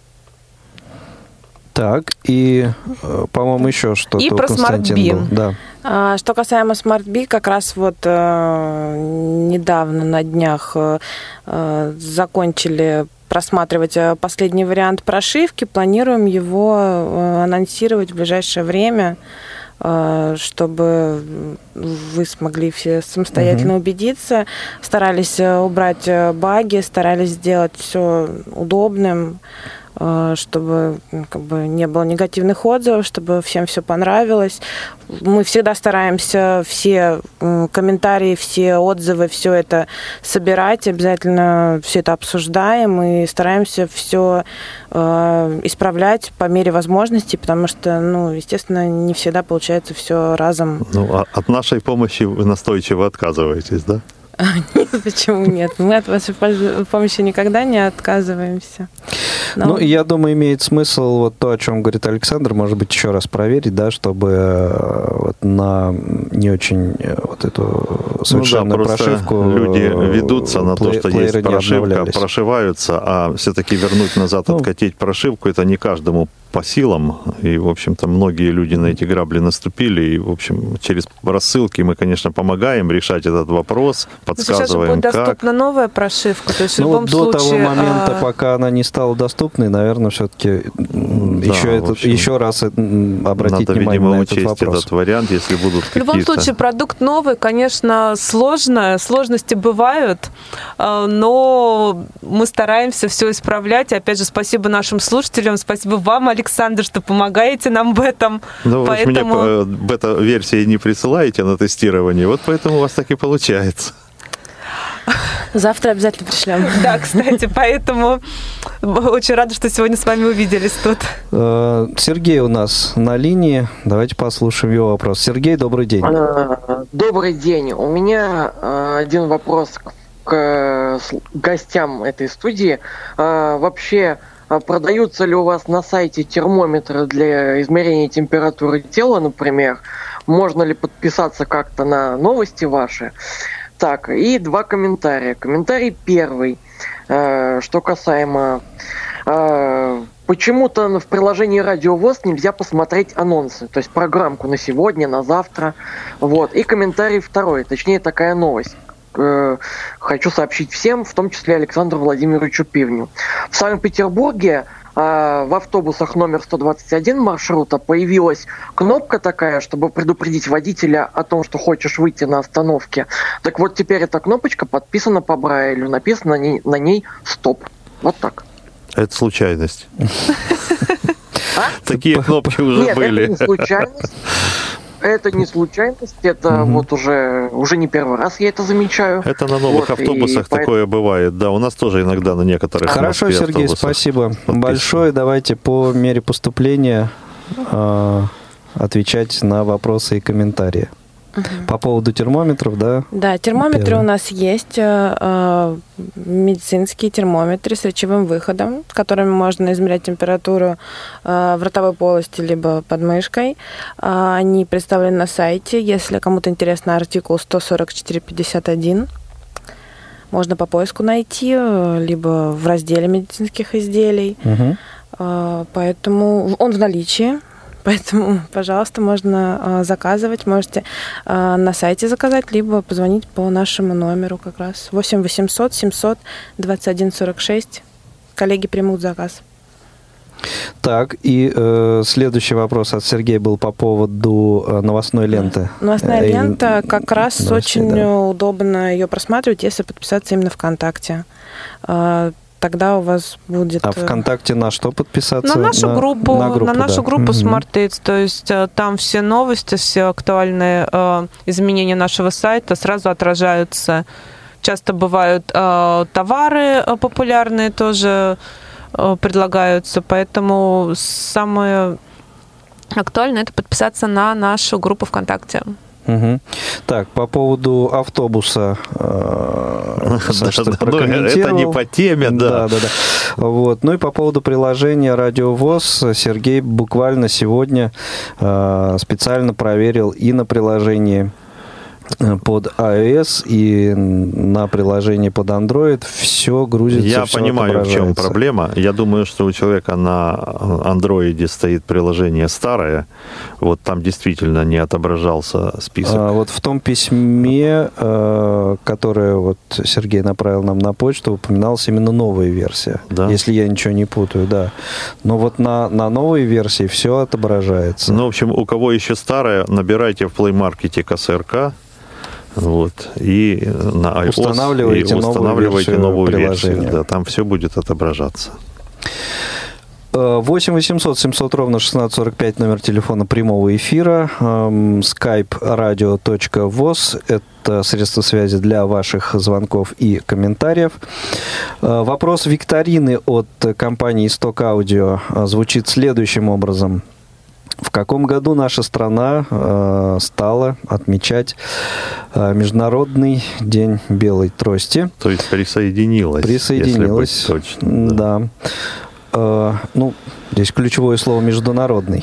Так, и, по-моему, еще что-то И у про Константина SmartBee. было. Да. А, Что касаемо SmartBee, как раз вот э, недавно на днях э, закончили просматривать последний вариант прошивки. Планируем его э, анонсировать в ближайшее время, э, чтобы вы смогли все самостоятельно mm-hmm. убедиться. Старались убрать баги, старались сделать все удобным, чтобы как бы не было негативных отзывов, чтобы всем все понравилось. Мы всегда стараемся все комментарии, все отзывы, все это собирать, обязательно все это обсуждаем и стараемся все э, исправлять по мере возможностей, потому что, ну, естественно, не всегда получается все разом. Ну, а от нашей помощи вы настойчиво отказываетесь, да? Нет, почему нет? Мы от вашей помощи никогда не отказываемся. Но... Ну, я думаю, имеет смысл вот то, о чем говорит Александр, может быть, еще раз проверить, да, чтобы вот на не очень вот эту совершенную ну да, прошивку люди ведутся на плей, то, что есть прошивка, прошиваются, а все-таки вернуть назад, ну, откатить прошивку, это не каждому по силам, и, в общем-то, многие люди на эти грабли наступили, и, в общем, через рассылки мы, конечно, помогаем решать этот вопрос, подсказываем, сейчас же будет как. доступна новая прошивка, то есть в ну, любом вот до случае... того момента, а... пока она не стала доступной, наверное, все-таки да, еще, этот, еще раз обратить надо, внимание видимо, на учесть этот вопрос. этот вариант, если будут В любом какие-то... случае, продукт новый, конечно, сложно, сложности бывают, но мы стараемся все исправлять. И, опять же, спасибо нашим слушателям, спасибо вам, Александр, что помогаете нам в этом. Ну, поэтому... вы же мне бета-версии не присылаете на тестирование, вот поэтому у вас так и получается. Завтра обязательно пришлем. Да, кстати, поэтому очень рада, что сегодня с вами увиделись тут. Сергей у нас на линии. Давайте послушаем его вопрос. Сергей, добрый день. Добрый день. У меня один вопрос к гостям этой студии. Вообще, продаются ли у вас на сайте термометры для измерения температуры тела, например? Можно ли подписаться как-то на новости ваши? Так, и два комментария. Комментарий первый, э, что касаемо... Э, почему-то в приложении Радио ВОС нельзя посмотреть анонсы, то есть программку на сегодня, на завтра. Вот. И комментарий второй, точнее такая новость. Э, хочу сообщить всем, в том числе Александру Владимировичу Пивню. В Санкт-Петербурге в автобусах номер сто двадцать один маршрута появилась кнопка такая, чтобы предупредить водителя о том, что хочешь выйти на остановке. Так вот, теперь эта кнопочка подписана по Брайлю, написано на ней, на ней «Стоп». Вот так. Это случайность. Такие кнопки уже были. Нет, это не случайность. Это не случайность, это угу. вот уже, уже не первый раз я это замечаю. Это на новых вот, автобусах такое поэтому... бывает, да, у нас тоже иногда на некоторых Хорошо, Сергей, спасибо подписано. Большое. Давайте по мере поступления э, отвечать на вопросы и комментарии. Угу. По поводу термометров, да? Да, термометры Первый. у нас есть, э, медицинские термометры с речевым выходом, которыми можно измерять температуру э, в ротовой полости либо под мышкой. Э, они представлены на сайте. Если кому-то интересно артикул сто сорок четыре пятьдесят один, можно по поиску найти, либо в разделе медицинских изделий. Угу. Э, поэтому он в наличии. Поэтому, пожалуйста, можно э, заказывать. Можете э, на сайте заказать, либо позвонить по нашему номеру как раз. восемь восемьсот семьсот двадцать один сорок шесть. Коллеги примут заказ. Так, и э, следующий вопрос от Сергея был по поводу э, новостной ленты. Новостная э, лента как раз новостей, очень да. удобно ее просматривать, если подписаться именно ВКонтакте. Э, Тогда у вас будет... А ВКонтакте на что подписаться? На нашу на, группу, на, группу, на нашу да. группу mm-hmm. Smart Aids. То есть там все новости, все актуальные э, изменения нашего сайта сразу отражаются. Часто бывают э, товары популярные тоже э, предлагаются. Поэтому самое актуальное – это подписаться на нашу группу ВКонтакте. Угу. Так, по поводу автобуса э, Саша, ты прокомментировал. Это не по теме, да. Да, да, да. Вот. Ну и по поводу приложения Радио ВОС Сергей буквально сегодня э, специально проверил и на приложении под iOS и на приложении под Android все грузится. Я все понимаю, в чем проблема. Я думаю, что у человека на Android стоит приложение старое. Вот там действительно не отображался список. А, вот в том письме, которое вот Сергей направил нам на почту, упоминалась именно новая версия. Да? Если я ничего не путаю, да. Но вот на, на новой версии все отображается. Ну, в общем, у кого еще старое, набирайте в Play Market КСРК. Вот, и на iOS устанавливайте, и устанавливайте новую версию, новую версию, да, там все будет отображаться. восемь восемьсот семьсот ровно шестнадцать сорок пять номер телефона прямого эфира, skype radio точка voz, это средство связи для ваших звонков и комментариев. Вопрос викторины от компании Исток Аудио звучит следующим образом. В каком году наша страна э, стала отмечать э, Международный день белой трости? То есть присоединилась. Присоединилась, если быть точным, да. да. Э, ну, здесь ключевое слово «международный».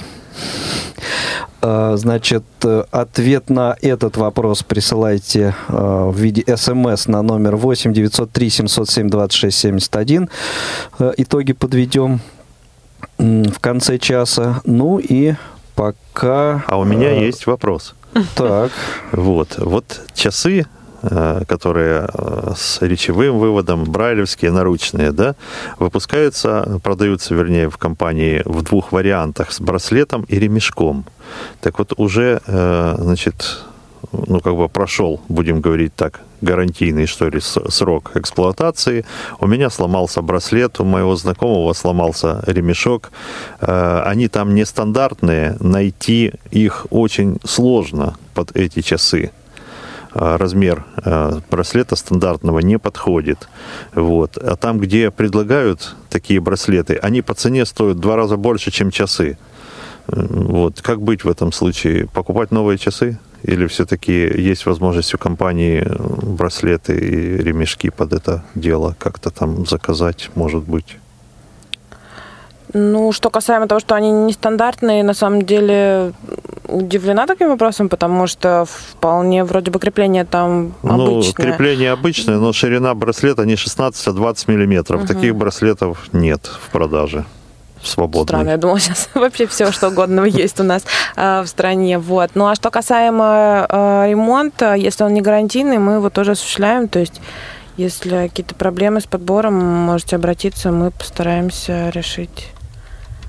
Э, значит, ответ на этот вопрос присылайте э, в виде СМС на номер восемь девятьсот три семьсот семь двадцать шесть семьдесят один. Э, итоги подведем в конце часа. Ну и пока... А у меня э... есть вопрос. Так. Вот. Вот часы, которые с речевым выводом, брайлевские, наручные, да, выпускаются, продаются, вернее, в компании в двух вариантах, с браслетом и ремешком. Так вот, уже, значит, ну, как бы прошел, будем говорить так, гарантийный, что ли, срок эксплуатации. У меня сломался браслет, у моего знакомого сломался ремешок. Они там нестандартные, найти их очень сложно под эти часы. Размер браслета стандартного не подходит. Вот. А там, где предлагают такие браслеты, они по цене стоят в два раза больше, чем часы. Вот. Как быть в этом случае? Покупать новые часы? Или все-таки есть возможность у компании браслеты и ремешки под это дело как-то там заказать, может быть? Ну, что касаемо того, что они нестандартные, на самом деле удивлена таким вопросом, потому что вполне вроде бы крепление там ну, обычное. Ну, крепление обычное, но ширина браслета не шестнадцать, а двадцать миллиметров. Угу. Таких браслетов нет в продаже. Свободный. Странно, я думала, сейчас вообще все, что угодно есть у нас э, в стране. Вот. Ну, а что касаемо э, ремонта, если он не гарантийный, мы его тоже осуществляем. То есть, если какие-то проблемы с подбором, можете обратиться, мы постараемся решить.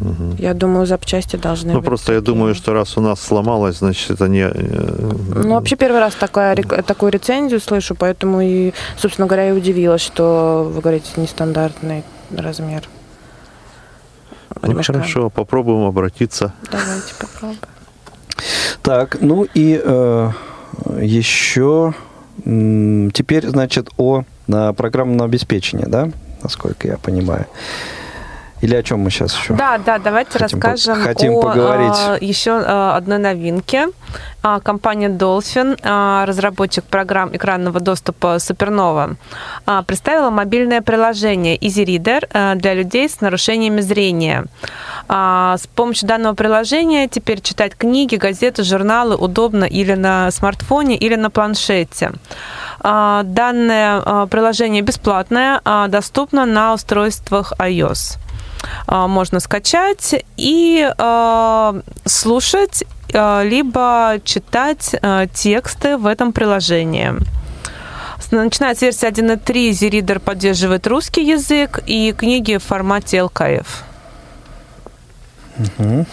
Угу. Я думаю, запчасти должны ну, быть. Ну, просто такие. Я думаю, что раз у нас сломалось, значит, это не... Ну, вообще первый раз такая, такую рецензию слышу, поэтому и, собственно говоря, и удивилась, что вы говорите нестандартный размер. Ну, ремешка. Хорошо, попробуем обратиться. Давайте попробуем. Так, ну и э, еще м, теперь, значит, о на программном обеспечении, да, насколько я понимаю. Или о чем мы сейчас еще? Да, да, давайте хотим расскажем по- хотим о поговорить. А, еще а, одной новинке. А, компания Dolphin, а, разработчик программ экранного доступа Supernova, а, представила мобильное приложение EasyReader а, для людей с нарушениями зрения. А, с помощью данного приложения теперь читать книги, газеты, журналы удобно или на смартфоне, или на планшете. А, данное а, приложение бесплатное, а, доступно на устройствах iOS. Можно скачать и э, слушать, э, либо читать э, тексты в этом приложении. Начиная с версии один точка три, EasyReader поддерживает русский язык и книги в формате эл ка эф. Угу.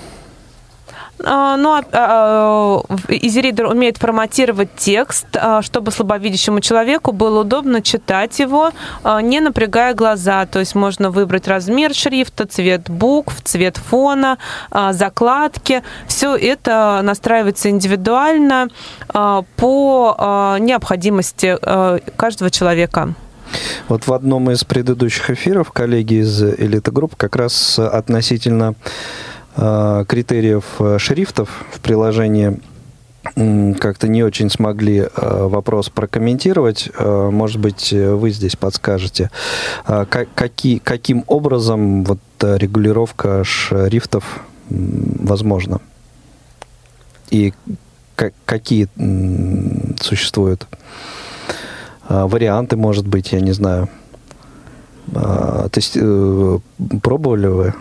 Ну, EasyReader умеет форматировать текст, чтобы слабовидящему человеку было удобно читать его, не напрягая глаза. То есть можно выбрать размер шрифта, цвет букв, цвет фона, закладки. Все это настраивается индивидуально по необходимости каждого человека. Вот в одном из предыдущих эфиров коллеги из Elite Group как раз относительно критериев шрифтов в приложении как-то не очень смогли вопрос прокомментировать. Может быть, вы здесь подскажете, какие, каким образом вот регулировка шрифтов возможна? И какие существуют варианты, может быть, я не знаю. То есть пробовали вы?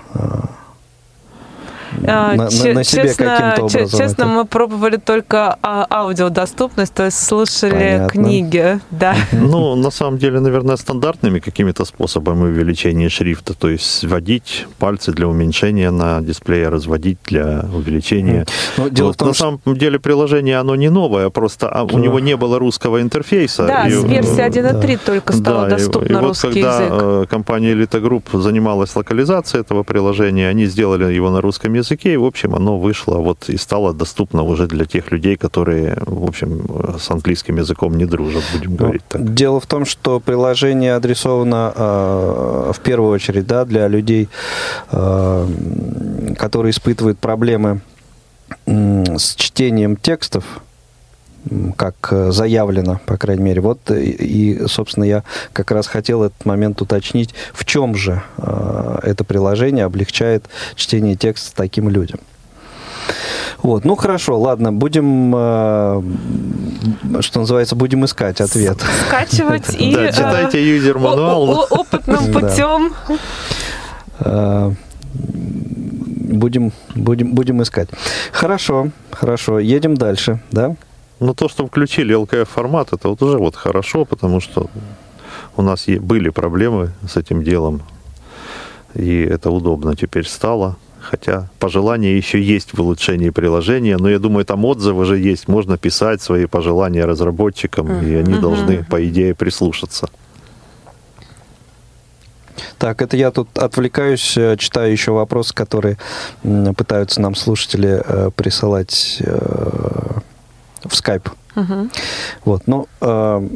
На, на, на себе честно, каким-то образом. Честно, это? Мы пробовали только аудиодоступность, то есть слушали Понятно. Книги. Да. Ну, на самом деле, наверное, стандартными какими-то способами увеличения шрифта, то есть вводить пальцы для уменьшения на дисплее, разводить для увеличения. Ну, дело вот, в том, на что... самом деле приложение, оно не новое, просто да. у него не было русского интерфейса. Да, и, с версии один точка три да. только стало да, доступно и, и русский вот, когда язык. Когда компания Elite Group занималась локализацией этого приложения, они сделали его на русском языке, языке, и, в общем, оно вышло вот и стало доступно уже для тех людей, которые, в общем, с английским языком не дружат, будем ну, говорить так. Дело в том, что приложение адресовано э, в первую очередь да, для людей, э, которые испытывают проблемы э, с чтением текстов, как заявлено, по крайней мере. Вот и, собственно, я как раз хотел этот момент уточнить, в чем же э, это приложение облегчает чтение текста таким людям. Вот, ну хорошо, ладно, будем, э, что называется, будем искать ответ. Скачивать и... Да, читайте юзер-мануал. Опытным путем. Будем, будем, будем искать. Хорошо, хорошо, едем дальше, да? Ну, то, что включили эл ка эф-формат, это вот уже вот хорошо, потому что у нас были проблемы с этим делом, и это удобно теперь стало. Хотя пожелания еще есть в улучшении приложения, но я думаю, там отзывы уже есть, можно писать свои пожелания разработчикам, uh-huh. и они uh-huh. должны, по идее, прислушаться. Так, это я тут отвлекаюсь, читаю еще вопросы, которые пытаются нам слушатели присылать в Skype. Uh-huh. Вот, ну, э,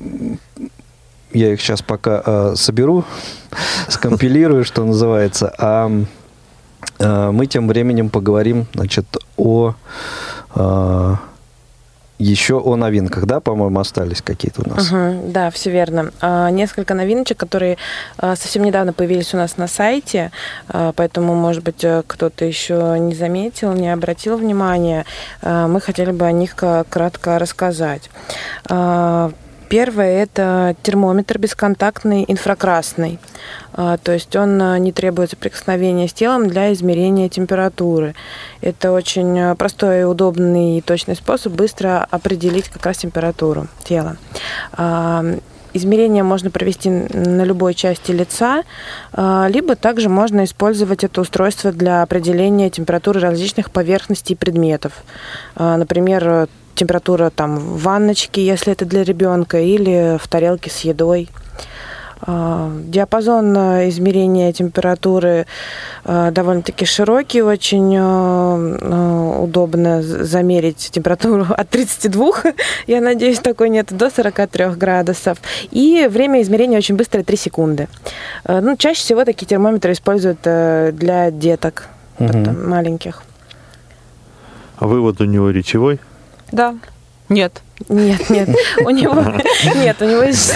я их сейчас пока э, соберу, скомпилирую, что называется, а э, мы тем временем поговорим, значит, о э, еще о новинках, да, по-моему, остались какие-то у нас. Uh-huh, да, все верно. А, несколько новиночек, которые а, совсем недавно появились у нас на сайте, а, поэтому, может быть, кто-то еще не заметил, не обратил внимания. А, мы хотели бы о них кратко рассказать. А, Первое – это термометр бесконтактный инфракрасный. То есть он не требует соприкосновения с телом для измерения температуры. Это очень простой, удобный и точный способ быстро определить как раз температуру тела. измерения можно провести на любой части лица, либо также можно использовать это устройство для определения температуры различных поверхностей и предметов. Например, температура там в ванночке, если это для ребенка, или в тарелке с едой. Диапазон измерения температуры довольно-таки широкий, очень удобно замерить температуру от тридцати двух, я надеюсь, такой нет, до сорока трёх градусов. И время измерения очень быстрое, три секунды. Ну, чаще всего такие термометры используют для деток, угу. маленьких. А вывод у него речевой? Да. Нет. Нет, нет. У него нет, у него есть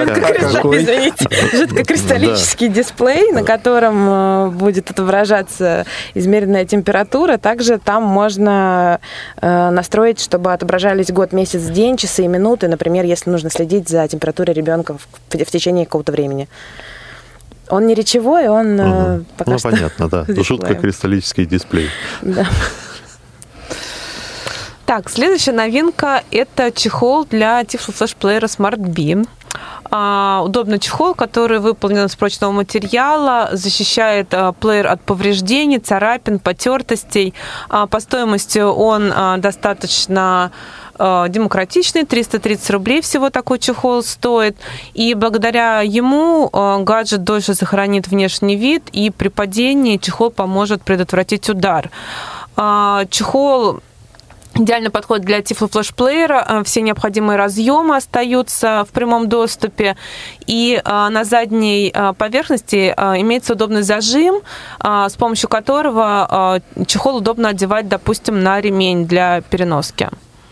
жидкокристаллический дисплей, на котором будет отображаться измеренная температура. Также там можно настроить, чтобы отображались год, месяц, день, часы и минуты. Например, если нужно следить за температурой ребенка в течение какого-то времени. Он не речевой, он угу. пока ну, что... Ну, понятно, да. Жидкокристаллический дисплей. Да. Так, следующая новинка – это чехол для Tiflo Flash Player SmartBeam. А, удобный чехол, который выполнен из прочного материала, защищает а, плеер от повреждений, царапин, потертостей. А, по стоимости он а, достаточно а, демократичный, триста тридцать рублей всего такой чехол стоит. И благодаря ему а, гаджет дольше сохранит внешний вид, и при падении чехол поможет предотвратить удар. А, чехол идеально подходит для Tiflo Flash Player. Все необходимые разъемы остаются в прямом доступе. И на задней поверхности имеется удобный зажим, с помощью которого чехол удобно одевать, допустим, на ремень для переноски.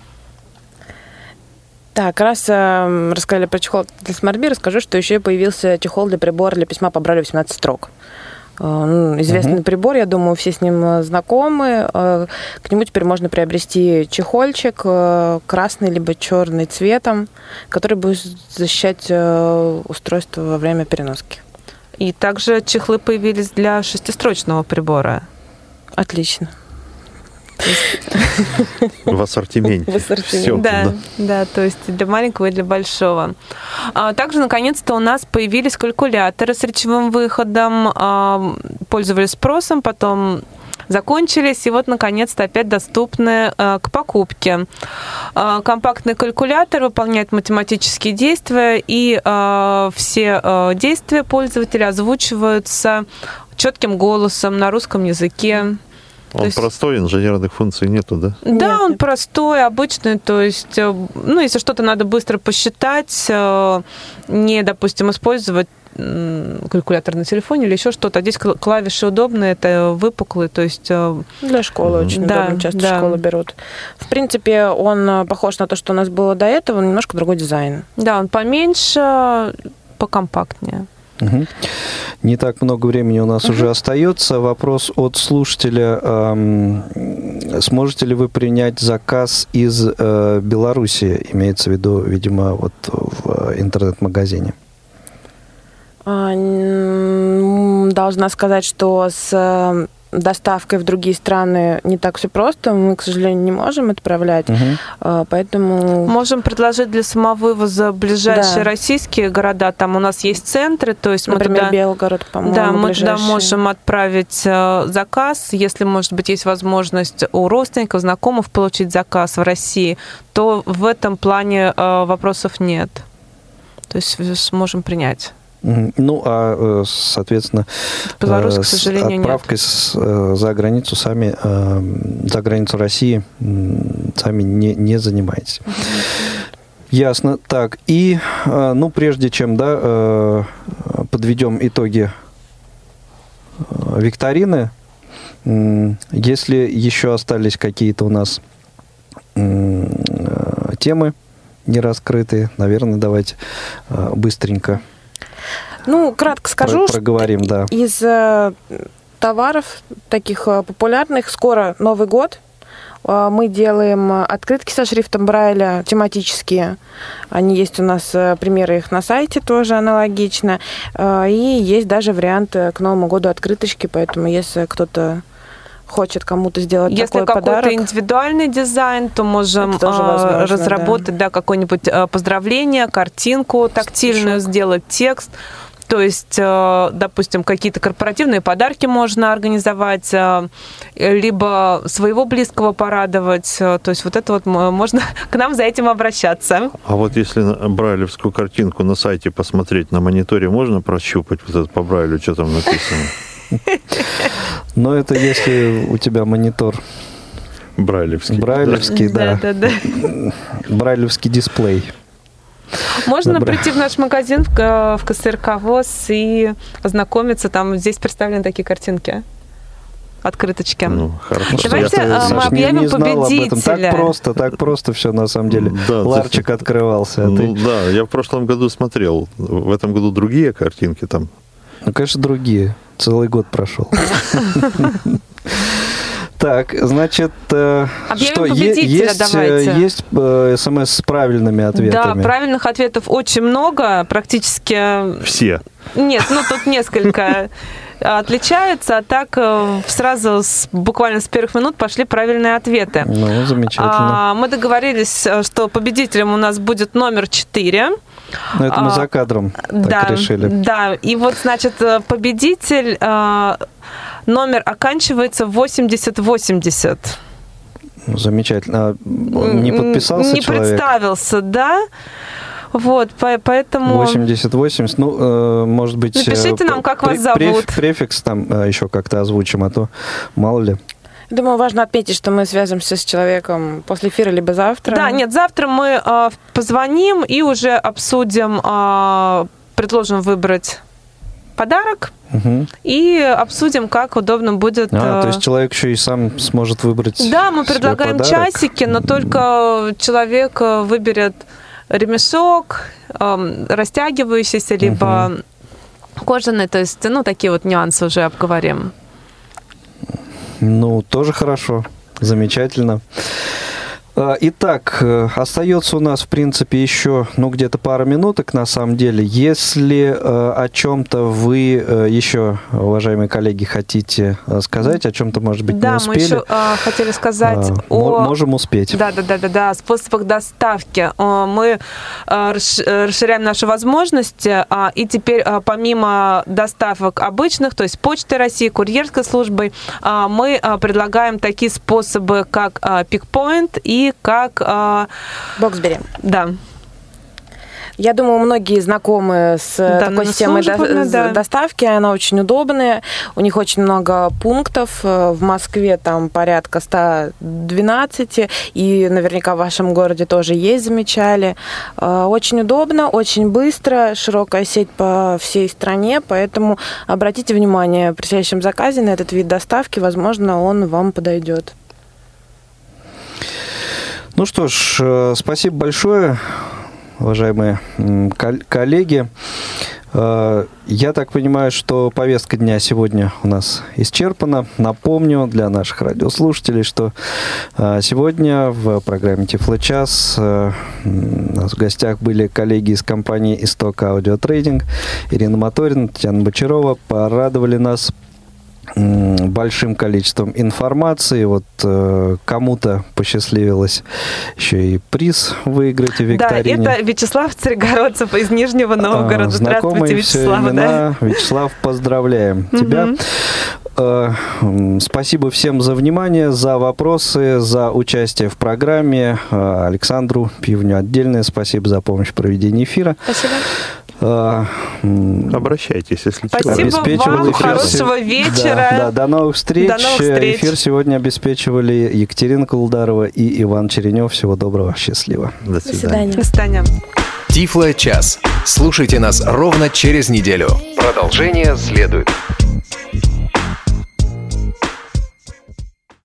Так, раз э, рассказали про чехол для SmartBeam, расскажу, что еще появился чехол для прибора для письма по Брайлю восемнадцать строк. Известный uh-huh. прибор, я думаю, все с ним знакомы. К нему теперь можно приобрести чехольчик красный либо черный цветом, который будет защищать устройство во время переноски. И также чехлы появились для шестистрочного прибора. Отлично. В ассортименте. В ассортименте. Всё, да, да. да, то есть для маленького и для большого. А также, наконец-то, у нас появились калькуляторы с речевым выходом. А, пользовались спросом, потом закончились, и вот, наконец-то, опять доступны а, к покупке. А, компактный калькулятор выполняет математические действия, и а, все а, действия пользователя озвучиваются четким голосом на русском языке. Он то есть... простой, инженерных функций нету, да? Да, нет, он нет. простой, обычный, то есть, ну, если что-то надо быстро посчитать, не, допустим, использовать калькулятор на телефоне или еще что-то. Здесь клавиши удобные, это выпуклые, то есть... Для школы mm-hmm. очень да, удобно, часто да. школы берут. В принципе, он похож на то, что у нас было до этого, но немножко другой дизайн. Да, он поменьше, покомпактнее. Угу. Не так много времени у нас угу. уже остается. Вопрос от слушателя. Эм, сможете ли вы принять заказ из э, Беларуси? Имеется в виду, видимо, вот в интернет-магазине. Должна сказать, что с доставкой в другие страны не так все просто. Мы, к сожалению, не можем отправлять. Угу. Поэтому... Можем предложить для самовывоза ближайшие да. российские города. Там у нас есть центры. То есть Например, мы туда... Белгород, по-моему, Да, мы ближайшие. туда можем отправить заказ. Если, может быть, есть возможность у родственников, знакомых получить заказ в России, то в этом плане вопросов нет. То есть сможем принять. Ну, а, соответственно, Беларусь, к сожалению, с отправкой с, за границу сами, за границу России сами не, не занимаетесь. Ясно. Так, и, ну, прежде чем, да, подведем итоги викторины, если еще остались какие-то у нас темы не раскрытые, наверное, давайте быстренько Ну, кратко скажу, Про- проговорим, что да. из э, товаров таких э, популярных скоро Новый год. Э, мы делаем открытки со шрифтом Брайля тематические. Они есть у нас, э, примеры их на сайте тоже аналогично. Э, и есть даже вариант к Новому году открыточки, поэтому если кто-то хочет кому-то сделать Если такой подарок. Если какой-то индивидуальный дизайн, то можем возможно, разработать да. Да, какое-нибудь поздравление, картинку тактильную, Стишок. Сделать текст. То есть, допустим, какие-то корпоративные подарки можно организовать, либо своего близкого порадовать. То есть вот это вот можно к нам за этим обращаться. А вот если брайлевскую картинку на сайте посмотреть на мониторе, можно прощупать вот это по Брайлю, что там написано? Но это если у тебя монитор брайлевский. Брайлевский, да. да, да, да. Брайлевский дисплей. Можно Добро. Прийти в наш магазин в КСРК ВОС и ознакомиться. Там здесь представлены такие картинки. Открыточки. Ну, хорошо. Давайте я, мы Саш, объявим не, не победителя. Так просто, так просто все на самом деле. Да, Ларчик ты... открывался. А ну, ты... Да, я в прошлом году смотрел. В этом году другие картинки там. Ну, конечно, другие. Целый год прошел. Так, значит, объявим что победителя, есть, давайте. Есть смс с правильными ответами? Да, правильных ответов очень много, практически... Все. Нет, ну тут несколько отличаются, а так сразу с, буквально с первых минут пошли правильные ответы. Ну, замечательно. А, мы договорились, что победителем у нас будет номер четыре. Ну, это мы а, за кадром так да, решили. Да, и вот, значит, победитель... Номер оканчивается восемьдесят восемьдесят. Замечательно. А не подписался не человек? Не представился, да. Вот, поэтому... восемьдесят восемьдесят, ну, э, может быть... Напишите нам, как вас зовут. Префикс там э, еще как-то озвучим, а то мало ли. Думаю, важно отметить, что мы свяжемся с человеком после эфира, либо завтра. Да, нет, завтра мы э, позвоним и уже обсудим, э, предложим выбрать подарок. Угу. И обсудим, как удобно будет... А, то есть человек еще и сам сможет выбрать. Да, мы предлагаем подарок. Часики, но только человек выберет ремешок, э, растягивающийся, либо угу. кожаный. То есть, ну, такие вот нюансы уже обговорим. Ну, тоже хорошо. Замечательно. Итак, остается у нас, в принципе, еще, ну, где-то пара минуток, на самом деле. Если э, о чем-то вы э, еще, уважаемые коллеги, хотите сказать, о чем-то, может быть, да, не успели. Да, мы еще э, хотели сказать э, о... Можем успеть. Да, да, да, да, да, способах доставки. Мы э, расширяем наши возможности, э, и теперь э, помимо доставок обычных, то есть Почты России, курьерской службой, э, мы э, предлагаем такие способы, как э, пикпоинт и как... Э, Боксбери. Да. Я думаю, многие знакомы с да, такой системой до- да. доставки. Она очень удобная. У них очень много пунктов. В Москве там порядка сто двенадцать. И наверняка в вашем городе тоже есть, замечали. Очень удобно, очень быстро. Широкая сеть по всей стране. Поэтому обратите внимание при следующем заказе на этот вид доставки. Возможно, он вам подойдет. Ну что ж, спасибо большое, уважаемые коллеги. Я так понимаю, что повестка дня сегодня у нас исчерпана. Напомню для наших радиослушателей, что сегодня в программе «Тифлочас» у нас в гостях были коллеги из компании «Исток Аудио Трейдинг», Ирина Моторина, Татьяна Бочарова. Порадовали нас большим количеством информации. Вот э, кому-то посчастливилось еще и приз выиграть в викторине. Да, это Вячеслав Царегородцев из Нижнего Новгорода. А, здравствуйте, Вячеслав. Да? Вячеслав, поздравляем угу. тебя. Э, спасибо всем за внимание, за вопросы, за участие в программе. Э, Александру Пивню отдельное спасибо за помощь в проведении эфира. Спасибо. Обращайтесь, если что. Спасибо вам, эфир. Хорошего вечера. Да, да, до новых встреч. До новых встреч. Эфир сегодня обеспечивали Екатерина Колдарова и Иван Черенев. Всего доброго, счастливо. До свидания. До свидания. Тифло час. Слушайте нас ровно через неделю. Продолжение следует.